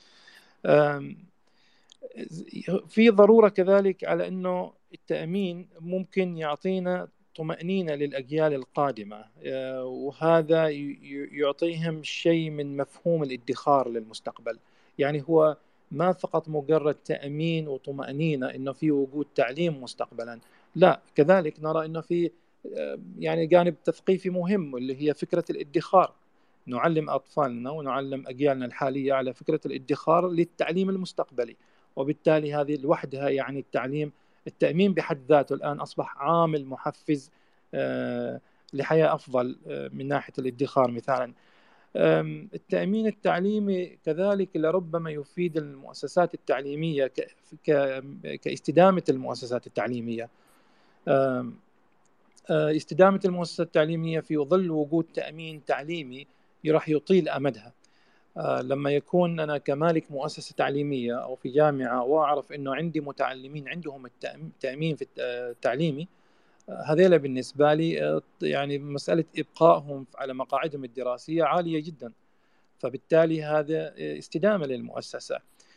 في ضرورة كذلك على أنه التأمين ممكن يعطينا طمأنينة للأجيال القادمة، وهذا يعطيهم شيء من مفهوم الادخار للمستقبل. يعني هو ما فقط مجرد تأمين وطمأنينة إنه في وجود تعليم مستقبلا، لا، كذلك نرى إنه في يعني جانب تثقيفي مهم اللي هي فكرة الادخار. نعلم أطفالنا ونعلم أجيالنا الحالية على فكرة الادخار للتعليم المستقبلي، وبالتالي هذه لوحدها يعني التعليم التأمين بحد ذاته الآن أصبح عامل محفز لحياة أفضل من ناحية الادخار مثالا. التأمين التعليمي كذلك لربما يفيد المؤسسات التعليمية كاستدامة المؤسسات التعليمية. استدامة المؤسسة التعليمية في ظل وجود تأمين تعليمي راح يطيل أمدها. لما يكون أنا كمالك مؤسسة تعليمية أو في جامعة وأعرف أنه عندي متعلمين عندهم التأمين في التعليمي، هذيلا بالنسبة لي يعني مسألة إبقائهم على مقاعدهم الدراسية عالية جدا، فبالتالي هذا استدامة للمؤسسة.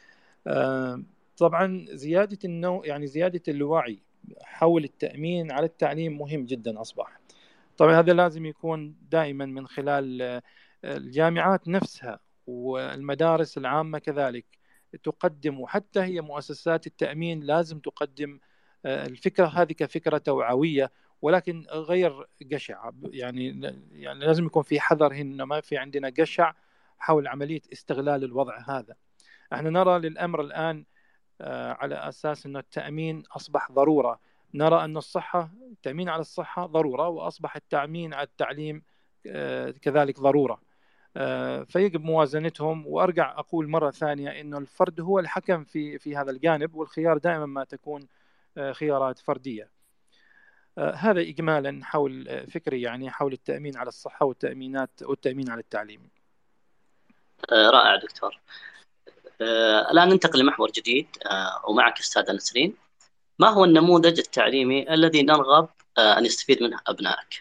طبعا زيادة النوع يعني زيادة الوعي حول التأمين على التعليم مهم جدا أصبح. طبعا هذا لازم يكون دائما من خلال الجامعات نفسها والمدارس العامة كذلك تقدم، وحتى هي مؤسسات التأمين لازم تقدم الفكرة هذه كفكرة توعوية ولكن غير جشع. يعني يعني لازم يكون في حذر هنا، ما في عندنا جشع حول عملية استغلال الوضع هذا. احنا نرى للأمر الآن على أساس أن التأمين أصبح ضرورة، نرى أن الصحة التأمين على الصحة ضرورة، وأصبح التأمين على التعليم كذلك ضرورة، فيجب موازنتهم. وأرجع أقول مرة ثانية أنه الفرد هو الحكم في في هذا الجانب، والخيار دائما ما تكون خيارات فردية. هذا إجمالا حول فكري يعني حول التأمين على الصحة والتأمينات والتأمين على التعليم. رائع دكتور. الآن ننتقل لمحور جديد ومعك أستاذة نسرين. ما هو النموذج التعليمي الذي نرغب أن يستفيد منه أبنائك؟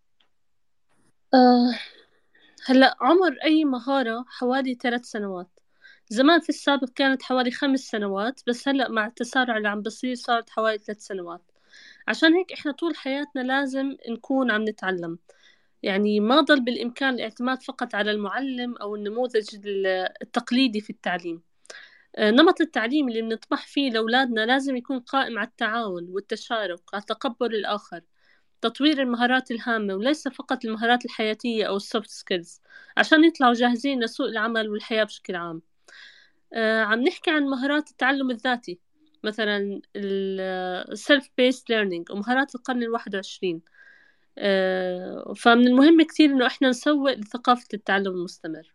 أه هلأ عمر أي مهارة حوالي ثلاث سنوات. زمان في السابق كانت حوالي خمس سنوات، بس هلأ مع التسارع اللي عم بصير صارت حوالي ثلاث سنوات. عشان هيك إحنا طول حياتنا لازم نكون عم نتعلم، يعني ما ضل بالإمكان الاعتماد فقط على المعلم أو النموذج التقليدي في التعليم. نمط التعليم اللي بنطمح فيه لأولادنا لازم يكون قائم على التعاون والتشارك، على تقبل الآخر، تطوير المهارات الهامة وليس فقط المهارات الحياتية أو السوفت سكيلز، عشان يطلعوا جاهزين لسوق العمل والحياة بشكل عام. آه عم نحكي عن مهارات التعلم الذاتي، مثلا ال self based learning ومهارات القرن الواحد وعشرين. آه فمن المهم كتير إنه إحنا نسوق لثقافة التعلم المستمر.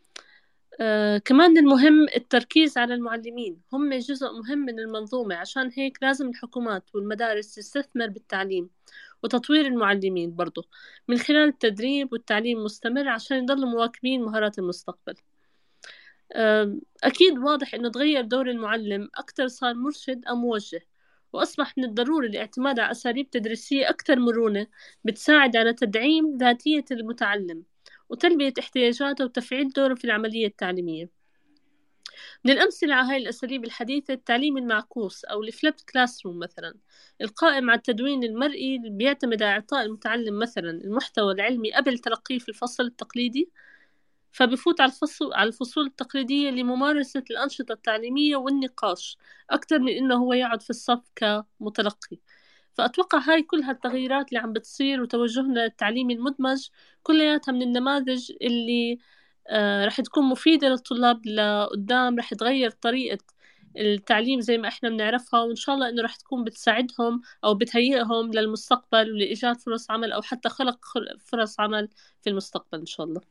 آه كمان المهم التركيز على المعلمين، هم جزء مهم من المنظومة، عشان هيك لازم الحكومات والمدارس تستثمر بالتعليم وتطوير المعلمين برضو من خلال التدريب والتعليم المستمر عشان يضلوا مواكبين مهارات المستقبل. آه أكيد واضح إنه تغير دور المعلم، أكتر صار مرشد أو موجه، وأصبح من الضروري الاعتماد على أساليب تدريسية أكثر مرونة بتساعد على تدعيم ذاتية المتعلم وتلبية احتياجاته وتفعيل دوره في العملية التعليمية. من الأمثلة على هاي الأساليب الحديثة التعليم المعكوس أو الفليبت كلاس روم مثلا، القائم على التدوين المرئي اللي بيعتمد على إعطاء المتعلم مثلا المحتوى العلمي قبل تلقيه في الفصل التقليدي، فبفوت على الفصول على الفصول التقليدية لممارسة الأنشطة التعليمية والنقاش أكثر من إنه هو يقعد في الصف كمتلقي. فأتوقع هاي كل هالتغييرات اللي عم بتصير وتوجهنا للتعليم المدمج كلياتها من النماذج اللي آه رح تكون مفيدة للطلاب لقدام، رح تغير طريقة التعليم زي ما احنا بنعرفها، وإن شاء الله إنه رح تكون بتساعدهم أو بتهيئهم للمستقبل ولإيجاد فرص عمل أو حتى خلق فرص عمل في المستقبل إن شاء الله.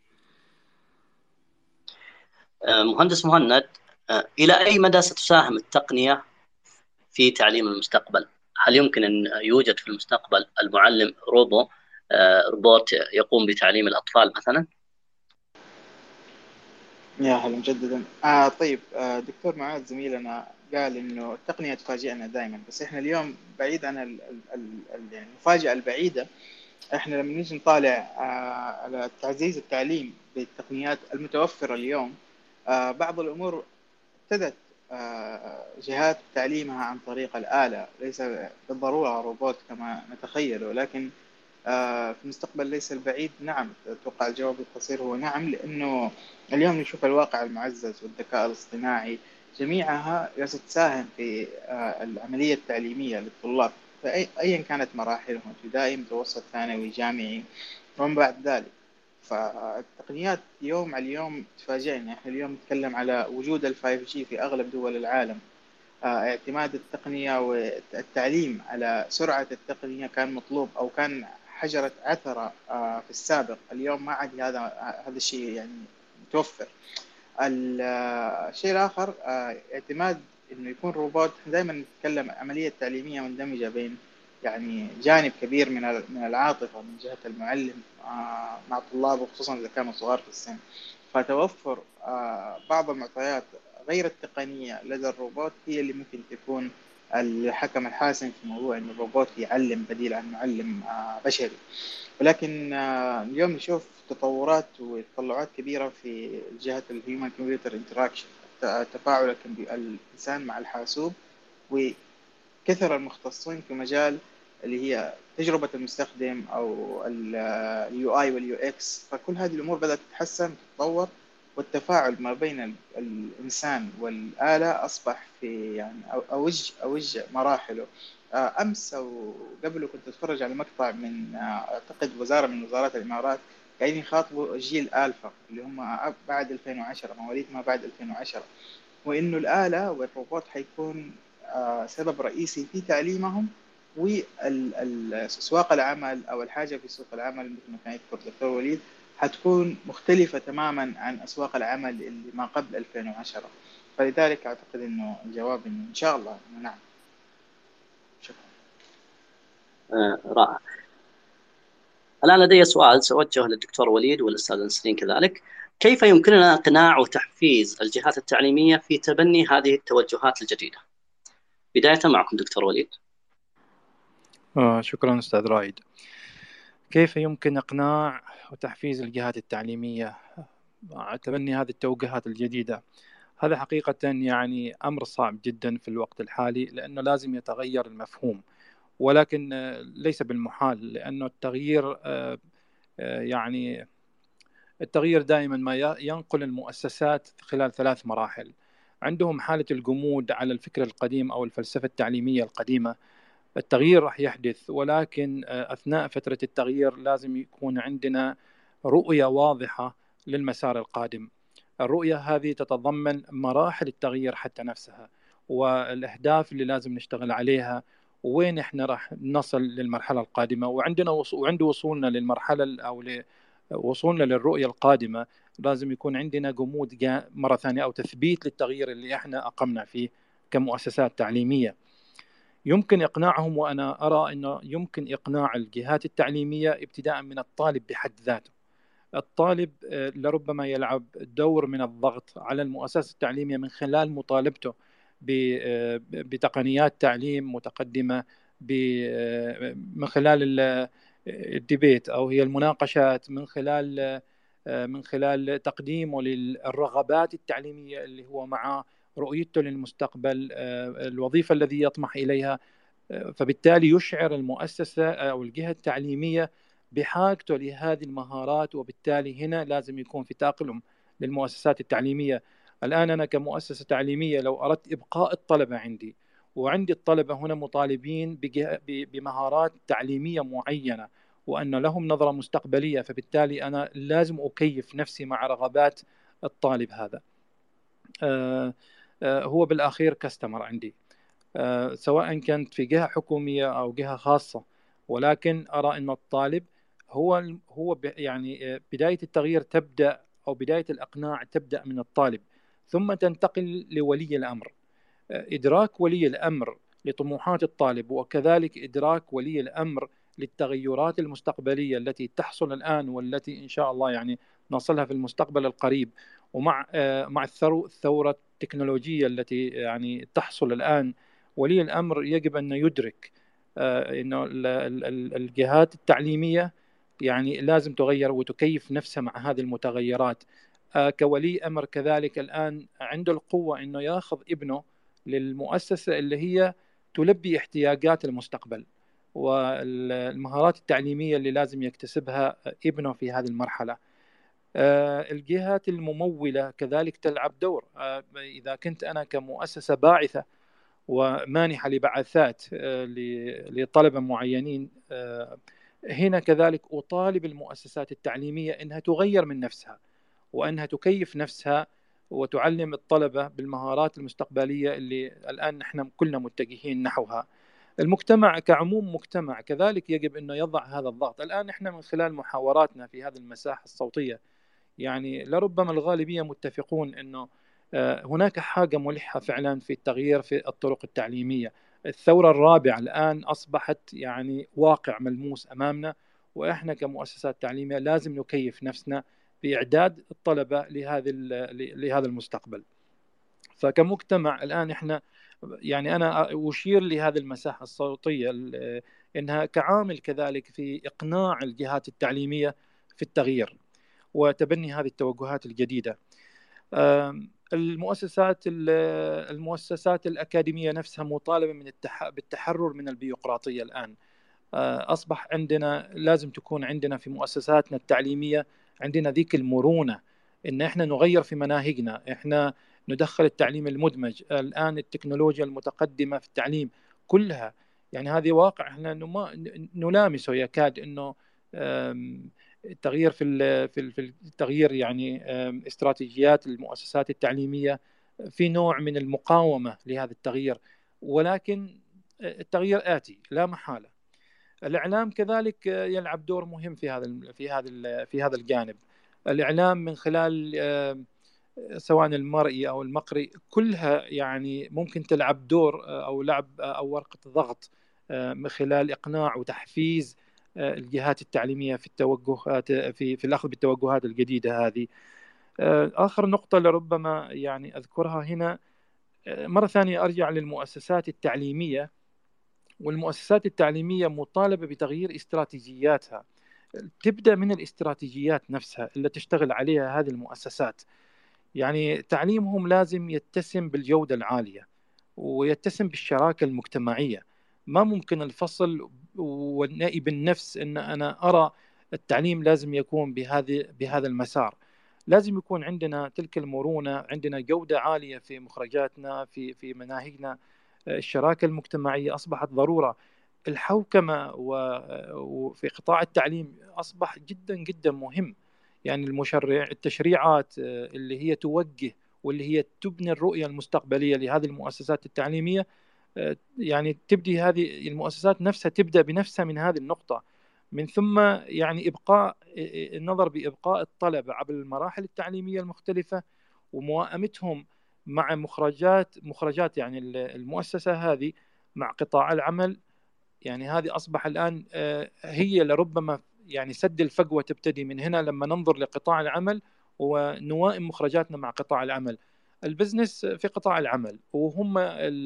مهندس مهند، إلى أي مدى ستساهم التقنية في تعليم المستقبل؟ هل يمكن أن يوجد في المستقبل المعلم روبو روبوت يقوم بتعليم الأطفال مثلا؟ يا هلا مجددا. آه طيب آه دكتور معاذ زميلنا قال إنه التقنية تفاجئنا دائما، بس إحنا اليوم بعيد عن ال ال ال المفاجأة البعيدة. إحنا لما نيجي نطالع آه على تعزيز التعليم بالتقنيات المتوفرة اليوم، آه بعض الأمور ابتدت آه جهات تعليمها عن طريق الآلة، ليس بالضرورة روبوت كما نتخيل، ولكن آه في المستقبل ليس البعيد نعم. أتوقع الجواب القصير هو نعم، لأنه اليوم نشوف الواقع المعزز والذكاء الاصطناعي جميعها تساهم في آه العملية التعليمية للطلاب فأيا كانت مراحلهم، ابتدائي متوسط ثانوي جامعي ومن بعد ذلك. فالتقنيات يوم على اليوم تفاجئنا. احنا اليوم نتكلم على وجود الفايف جي في أغلب دول العالم. اعتماد التقنية والتعليم على سرعة التقنية كان مطلوب أو كان حجرة عثرة في السابق. اليوم ما عاد هذا هذا الشيء يعني متوفر. الشيء الآخر اعتماد إنه يكون روبوت. دائما نتكلم عملية تعليمية مندمجة بين يعني جانب كبير من من العاطفة من جهة المعلم مع طلابه، خصوصا إذا كانوا صغار في السن. فتوفر بعض المعطيات غير التقنية لدى الروبوت هي اللي ممكن تكون الحكم الحاسم في موضوع إن الروبوت يعلم بديل عن معلم بشري. ولكن اليوم نشوف تطورات وتطلعات كبيرة في جهة الهيومن كمبيوتر انتراكشن، تفاعل الإنسان مع الحاسوب، وكثر المختصين في مجال اللي هي تجربة المستخدم أو اليو آي واليو إكس. فكل هذه الأمور بدأت تتحسن وتتطور، والتفاعل ما بين الإنسان والآلة أصبح في يعني أوج أوج مراحله. أمس أو قبله كنت أتفرج على مقطع من أعتقد وزارة من وزارات الإمارات قاعدين يخاطبوا جيل ألفا اللي هم بعد ألفين وعشرة، مواليد ما بعد ألفين وعشرة، وإنه الآلة والروبوت حيكون سبب رئيسي في تعليمهم وسواق العمل أو الحاجة في سوق العمل مثل ما كان يذكر دكتور وليد حتكون مختلفة تماما عن أسواق العمل اللي ما قبل ألفين وعشرة. فلذلك أعتقد إنه الجواب إنه إن شاء الله إنه نعم. شكرا. آه رائع. الآن لدي سؤال سأوجهه للدكتور وليد والأستاذ نسرين كذلك. كيف يمكننا إقناع وتحفيز الجهات التعليمية في تبني هذه التوجهات الجديدة؟ بداية معكم دكتور وليد. آه شكرا أستاذ رائد. كيف يمكن إقناع وتحفيز الجهات التعليمية تبني هذه التوجهات الجديدة؟ هذا حقيقة يعني أمر صعب جدا في الوقت الحالي، لأنه لازم يتغير المفهوم، ولكن ليس بالمحال، لأنه التغيير يعني التغيير دائما ما ينقل المؤسسات خلال ثلاث مراحل. عندهم حالة الجمود على الفكر القديم أو الفلسفة التعليمية القديمة. التغيير راح يحدث، ولكن أثناء فترة التغيير لازم يكون عندنا رؤية واضحة للمسار القادم. الرؤية هذه تتضمن مراحل التغيير حتى نفسها، والأهداف اللي لازم نشتغل عليها، وين إحنا راح نصل للمرحلة القادمة. وعندنا وعند وصولنا للمرحلة أو وصولنا للرؤية القادمة لازم يكون عندنا جمود مرة ثانية أو تثبيت للتغيير اللي إحنا أقمنا فيه كمؤسسات تعليمية. يمكن إقناعهم، وأنا أرى أنه يمكن إقناع الجهات التعليمية ابتداء من الطالب بحد ذاته. الطالب لربما يلعب دور من الضغط على المؤسسة التعليمية من خلال مطالبته بتقنيات تعليم متقدمة، من خلال الديبيت أو هي المناقشات، من خلال من خلال تقديمه للرغبات التعليمية اللي هو مع رؤيته للمستقبل، الوظيفة الذي يطمح إليها. فبالتالي يشعر المؤسسة أو الجهة التعليمية بحاجته لهذه المهارات، وبالتالي هنا لازم يكون في تأقلم للمؤسسات التعليمية. الآن أنا كمؤسسة تعليمية لو أردت إبقاء الطلبة عندي، وعندي الطلبة هنا مطالبين بمهارات تعليمية معينة وأن لهم نظرة مستقبلية، فبالتالي أنا لازم أكيف نفسي مع رغبات الطالب هذا. آه آه هو بالأخير كاستمر عندي، آه سواء كانت في جهة حكومية أو جهة خاصة، ولكن أرى أن الطالب هو هو يعني بداية التغيير تبدأ أو بداية الإقناع تبدأ من الطالب، ثم تنتقل لولي الأمر. إدراك ولي الأمر لطموحات الطالب، وكذلك إدراك ولي الأمر للتغيرات المستقبلية التي تحصل الآن والتي إن شاء الله يعني نصلها في المستقبل القريب، ومع مع الثورة التكنولوجية التي يعني تحصل الآن. ولي الأمر يجب أن يدرك إنه الجهات التعليمية يعني لازم تغير وتكيف نفسها مع هذه المتغيرات. كولي أمر كذلك الآن عنده القوة إنه يأخذ ابنه للمؤسسة اللي هي تلبي احتياجات المستقبل والمهارات التعليمية اللي لازم يكتسبها ابنه في هذه المرحلة. الجهات الممولة كذلك تلعب دور. إذا كنت أنا كمؤسسة باعثة ومانحة لبعثات لطلبة معينين، هنا كذلك أطالب المؤسسات التعليمية أنها تغير من نفسها وأنها تكيف نفسها وتعلم الطلبة بالمهارات المستقبلية اللي الآن نحن كلنا متجهين نحوها. المجتمع كعموم مجتمع كذلك يجب أنه يضع هذا الضغط. الآن نحن من خلال محاوراتنا في هذه المساحة الصوتية يعني لربما الغالبية متفقون أنه هناك حاجة ملحة فعلا في التغيير في الطرق التعليمية. الثورة الرابعة الآن أصبحت يعني واقع ملموس أمامنا، وإحنا كمؤسسات تعليمية لازم نكيف نفسنا بإعداد الطلبة لهذا لهذا المستقبل. فكمجتمع الآن إحنا يعني أنا أشير لهذه المساحة الصوتية إنها كعامل كذلك في إقناع الجهات التعليمية في التغيير وتبني هذه التوجهات الجديدة. المؤسسات المؤسسات الأكاديمية نفسها مطالبة من بالتحرر من البيروقراطية الآن. أصبح عندنا لازم تكون عندنا في مؤسساتنا التعليمية عندنا ذيك المرونة إن إحنا نغير في مناهجنا، إحنا ندخل التعليم المدمج. الآن التكنولوجيا المتقدمة في التعليم كلها يعني هذه واقع إحنا نلامسه يكاد إنه التغيير في في التغيير يعني استراتيجيات المؤسسات التعليمية في نوع من المقاومة لهذا التغيير، ولكن التغيير آتي لا محالة. الإعلام كذلك يلعب دور مهم في هذا في هذا في هذا الجانب. الإعلام من خلال سواء المرئي أو المقرئ كلها يعني ممكن تلعب دور أو لعب أو ورقة ضغط من خلال إقناع وتحفيز الجهات التعليمية في التوجهات في في الأخذ بالتوجهات الجديدة هذه. آخر نقطة لربما يعني أذكرها هنا مرة ثانية أرجع للمؤسسات التعليمية، والمؤسسات التعليمية مطالبة بتغيير استراتيجياتها. تبدأ من الاستراتيجيات نفسها اللي تشتغل عليها هذه المؤسسات. يعني تعليمهم لازم يتسم بالجودة العالية ويتسم بالشراكة المجتمعية. ما ممكن الفصل والنائب النفس إن أنا أرى التعليم لازم يكون بهذه بهذا المسار. لازم يكون عندنا تلك المرونة، عندنا جودة عالية في مخرجاتنا في في مناهجنا. الشراكة المجتمعية أصبحت ضرورة. الحوكمة وفي قطاع التعليم أصبح جدا جدا مهم. يعني المشرع التشريعات اللي هي توجه واللي هي تبني الرؤية المستقبلية لهذه المؤسسات التعليمية، يعني تبدي هذه المؤسسات نفسها تبدأ بنفسها من هذه النقطة، من ثم يعني إبقاء النظر بإبقاء الطلبة عبر المراحل التعليمية المختلفة وموائمتهم مع مخرجات مخرجات يعني المؤسسة هذه مع قطاع العمل. يعني هذه أصبح الآن هي لربما يعني سد الفجوة تبتدي من هنا لما ننظر لقطاع العمل ونوائم مخرجاتنا مع قطاع العمل. البزنس في قطاع العمل وهم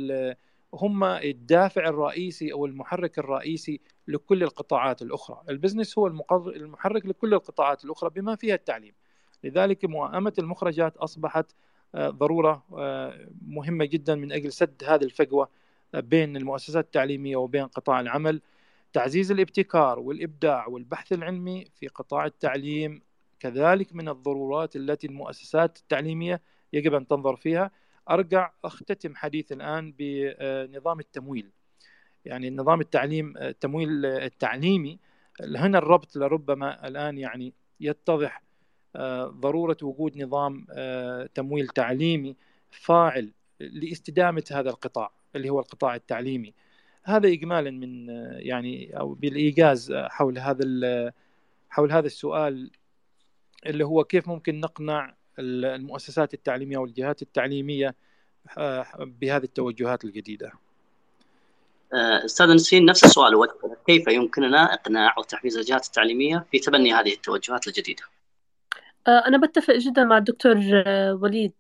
هم الدافع الرئيسي أو المحرك الرئيسي لكل القطاعات الأخرى. البزنس هو المحرك لكل القطاعات الأخرى بما فيها التعليم. لذلك موائمة المخرجات أصبحت ضرورة مهمة جدا من أجل سد هذه الفجوة بين المؤسسات التعليمية وبين قطاع العمل. تعزيز الابتكار والإبداع والبحث العلمي في قطاع التعليم كذلك من الضرورات التي المؤسسات التعليمية يجب أن تنظر فيها. أرجع أختتم حديث الآن بنظام التمويل. يعني نظام التعليم التمويل التعليمي هنا الربط لربما الآن يعني يتضح ضرورة وجود نظام تمويل تعليمي فاعل لاستدامة هذا القطاع اللي هو القطاع التعليمي. هذا إجمالا من يعني أو بالإيجاز حول هذا حول هذا السؤال اللي هو كيف ممكن نقنع المؤسسات التعليمية والجهات التعليمية بهذه التوجهات الجديدة. أستاذ نسرين نفس السؤال، كيف يمكننا إقناع وتحفيز الجهات التعليمية في تبني هذه التوجهات الجديدة؟ أنا بتفق جدا مع الدكتور وليد،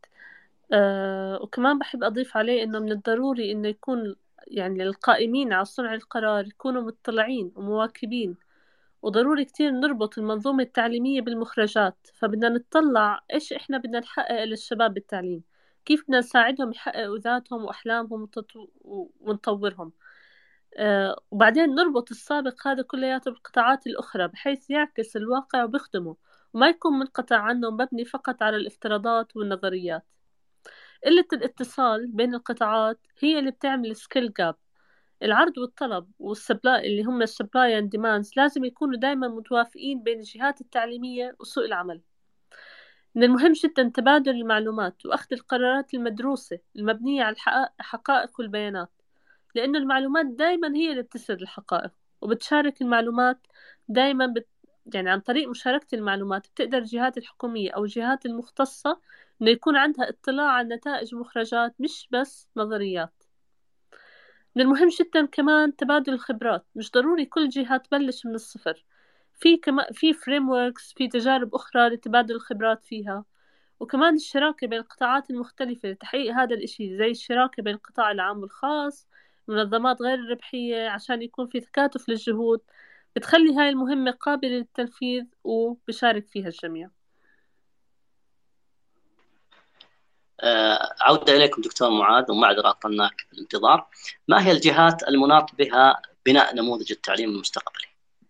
وكمان بحب أضيف عليه إنه من الضروري إنه يكون يعني القائمين على صنع القرار يكونوا مطلعين ومواكبين، وضروري كتير نربط المنظومة التعليمية بالمخرجات. فبدنا نطلع إيش إحنا بدنا نحقق للشباب بالتعليم، كيف بدنا نساعدهم يحققوا ذاتهم وأحلامهم ونطورهم. أه وبعدين نربط السابق هذا كلياته بالقطاعات الأخرى بحيث يعكس الواقع وبيخدمه وما يكون منقطع عنه مبني فقط على الافتراضات والنظريات. قلة الاتصال بين القطاعات هي اللي بتعمل سكيل جاب. العرض والطلب والسبلاي اللي هم السبلاي اند ديماندز لازم يكونوا دائما متوافقين بين الجهات التعليمية وسوق العمل. من المهم جدا تبادل المعلومات وأخذ القرارات المدروسة المبنية على الحقائق والبيانات، لأن المعلومات دائما هي اللي بتسرد الحقائق، وبتشارك المعلومات دائما بت... يعني عن طريق مشاركة المعلومات بتقدر الجهات الحكومية أو الجهات المختصة إنه يكون عندها اطلاع على نتائج مخرجات مش بس نظريات. من المهم جدا كمان تبادل الخبرات، مش ضروري كل جهة تبلش من الصفر، في كمان في فريم وركس، في تجارب أخرى لتبادل الخبرات فيها. وكمان الشراكة بين القطاعات المختلفة لتحقيق هذا الإشي، زي الشراكة بين القطاع العام والخاص، منظمات غير الربحية، عشان يكون في تكاتف للجهود، بتخلي هاي المهمة قابلة للتنفيذ وبشارك فيها الجميع. آه، عودة إليكم دكتور معاذ، ومعذرة أطلناك في الانتظار. ما هي الجهات المناط بها بناء نموذج التعليم المستقبلي؟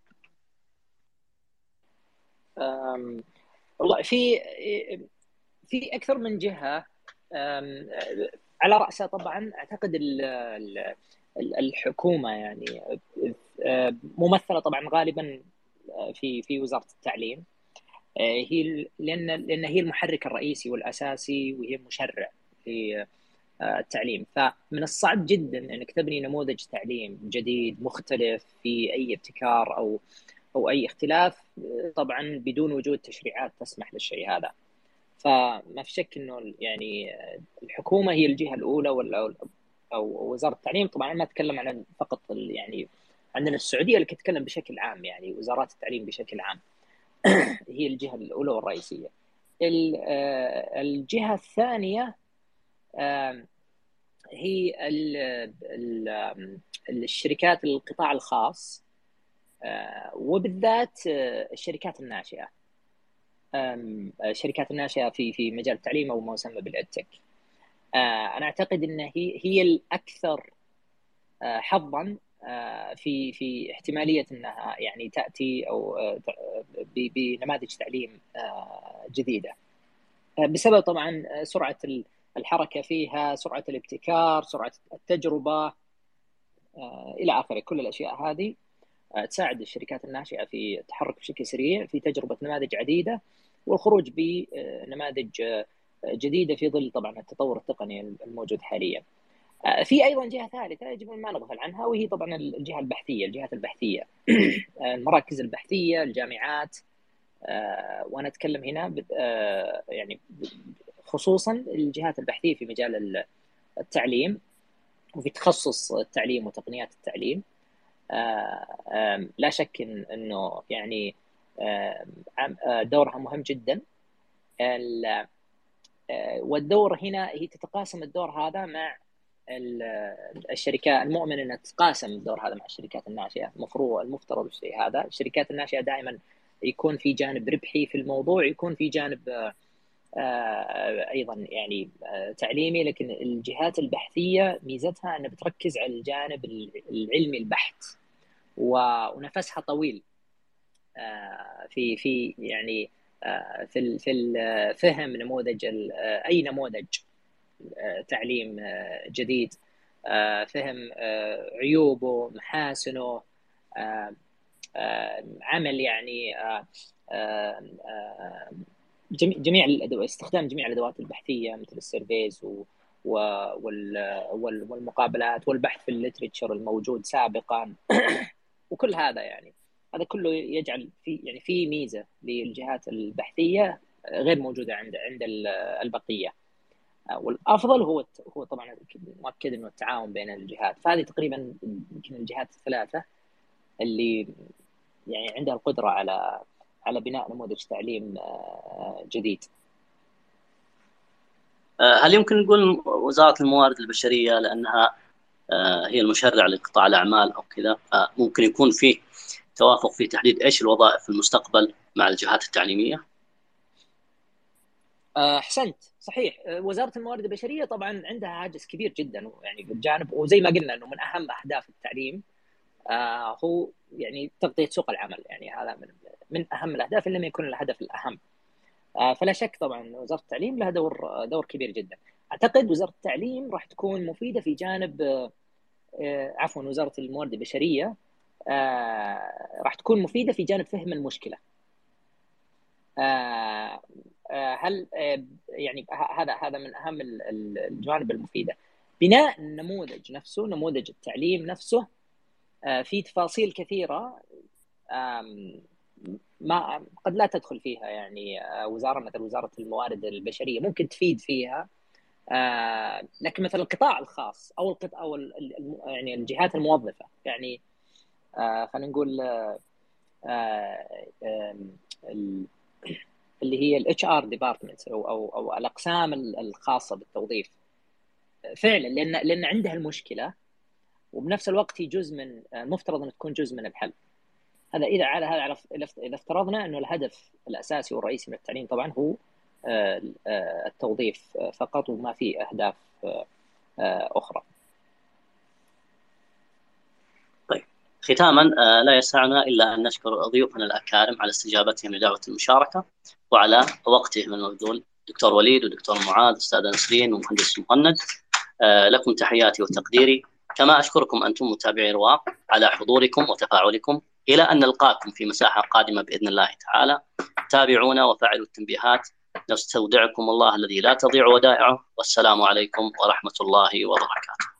أم، والله في في أكثر من جهة، أم، على رأسها طبعا أعتقد ال- ال- ال- الحكومة، يعني أه، ممثلة طبعا غالبا في في وزارة التعليم. أه، هي لأن لأن هي المحرك الرئيسي والأساسي، وهي المشرع في أه، التعليم. فمن الصعب جدا أنك تبني نموذج تعليم جديد مختلف في أي ابتكار أو أو أي اختلاف، أه، طبعا بدون وجود تشريعات تسمح للشيء هذا. فما في شك انه يعني الحكومه هي الجهه الاولى، ولا او وزاره التعليم. طبعا انا ما اتكلم عن فقط يعني عندنا السعوديه، اللي اتكلم بشكل عام، يعني وزارات التعليم بشكل عام هي الجهه الاولى والرئيسيه. الجهه الثانيه هي الشركات القطاع الخاص، وبالذات الشركات الناشئه، الشركات الناشئه في في مجال التعليم او ما يسمى بالادتك. انا اعتقد ان هي هي الاكثر حظا في في احتماليه انها يعني تاتي او بنماذج تعليم جديده، بسبب طبعا سرعه الحركه فيها، سرعه الابتكار، سرعه التجربه الى اخره. كل الاشياء هذه تساعد الشركات الناشئه في التحرك بشكل سريع في تجربه نماذج عديده، والخروج بنماذج جديده في ظل طبعا التطور التقني الموجود حاليا. في ايضا جهه ثالثه يجب ان ما نغفل عنها، وهي طبعا الجهه البحثيه، الجهات البحثيه المراكز البحثيه، الجامعات. وانا اتكلم هنا يعني خصوصا الجهات البحثيه في مجال التعليم وفي تخصص التعليم وتقنيات التعليم. لا شك انه يعني دورها مهم جدا، والدور هنا هي تتقاسم الدور هذا مع الشركات. المؤمن انها تتقاسم الدور هذا مع الشركات الناشئه. المفروض المفترض الشيء هذا، الشركات الناشئه دائما يكون في جانب ربحي في الموضوع، يكون في جانب ايضا يعني تعليمي، لكن الجهات البحثيه ميزتها انها بتركز على الجانب العلمي البحت، ونفسها طويل في في يعني في في فهم نموذج اي نموذج تعليم جديد، فهم عيوبه، محاسنه، عمل يعني جميع الادوات، استخدام جميع الادوات البحثيه مثل السيرفيز والمقابلات والبحث في الليتريتشر الموجود سابقا وكل هذا. يعني هذا كله يجعل في يعني في ميزه للجهات البحثيه غير موجوده عند عند البقيه. والافضل هو هو طبعا مؤكد انه التعاون بين الجهات. فهذه تقريبا يمكن الجهات الثلاثه اللي يعني عندها القدره على على بناء نموذج تعليم جديد. هل يمكن نقول وزاره الموارد البشريه لانها هي المشرع لقطاع الاعمال او كذا، فممكن يكون فيه توافق في تحديد ايش الوظائف في المستقبل مع الجهات التعليميه؟ احسنت، صحيح. وزاره الموارد البشريه طبعا عندها عجز كبير جدا يعني بالجانب، وزي ما قلنا انه من اهم اهداف التعليم آه هو يعني تغطيه سوق العمل. يعني هذا من من اهم الاهداف، ان لم يكن الهدف الاهم. آه فلا شك طبعا وزاره التعليم لها دور دور كبير جدا. اعتقد وزاره التعليم راح تكون مفيده في جانب آه عفوا وزاره الموارد البشريه آه راح تكون مفيده في جانب فهم المشكله. آه هل يعني هذا هذا من اهم الجوانب المفيده. بناء النموذج نفسه، نموذج التعليم نفسه، في تفاصيل كثيره ما قد لا تدخل فيها يعني وزاره مثل وزاره الموارد البشريه، ممكن تفيد فيها آه لكن مثلا القطاع الخاص او القطاع او يعني الجهات الموظفه، يعني آه خلينا نقول آه آه اللي هي الاتش ار ديبارتمنت او او او الاقسام الخاصه بالتوظيف فعلا، لان لان عندها المشكله وبنفس الوقت هي جزء من المفترض ان تكون جزء من الحل. هذا اذا على هذا اذا افترضنا انه الهدف الاساسي والرئيسي من التعليم طبعا هو التوظيف فقط وما في اهداف اخرى. طيب ختاما لا يسعنا الا ان نشكر ضيوفنا الاكارم على استجابتهم لدعوه المشاركه وعلى وقتهم المبذول، دكتور وليد ودكتور معاذ، استاذه نسرين ومهندس مهند. لكم تحياتي وتقديري، كما اشكركم انتم متابعي رواق على حضوركم وتفاعلكم. الى ان نلقاكم في مساحه قادمه باذن الله تعالى. تابعونا وفعلوا التنبيهات. نستودعكم الله الذي لا تضيع ودائعه، والسلام عليكم ورحمه الله وبركاته.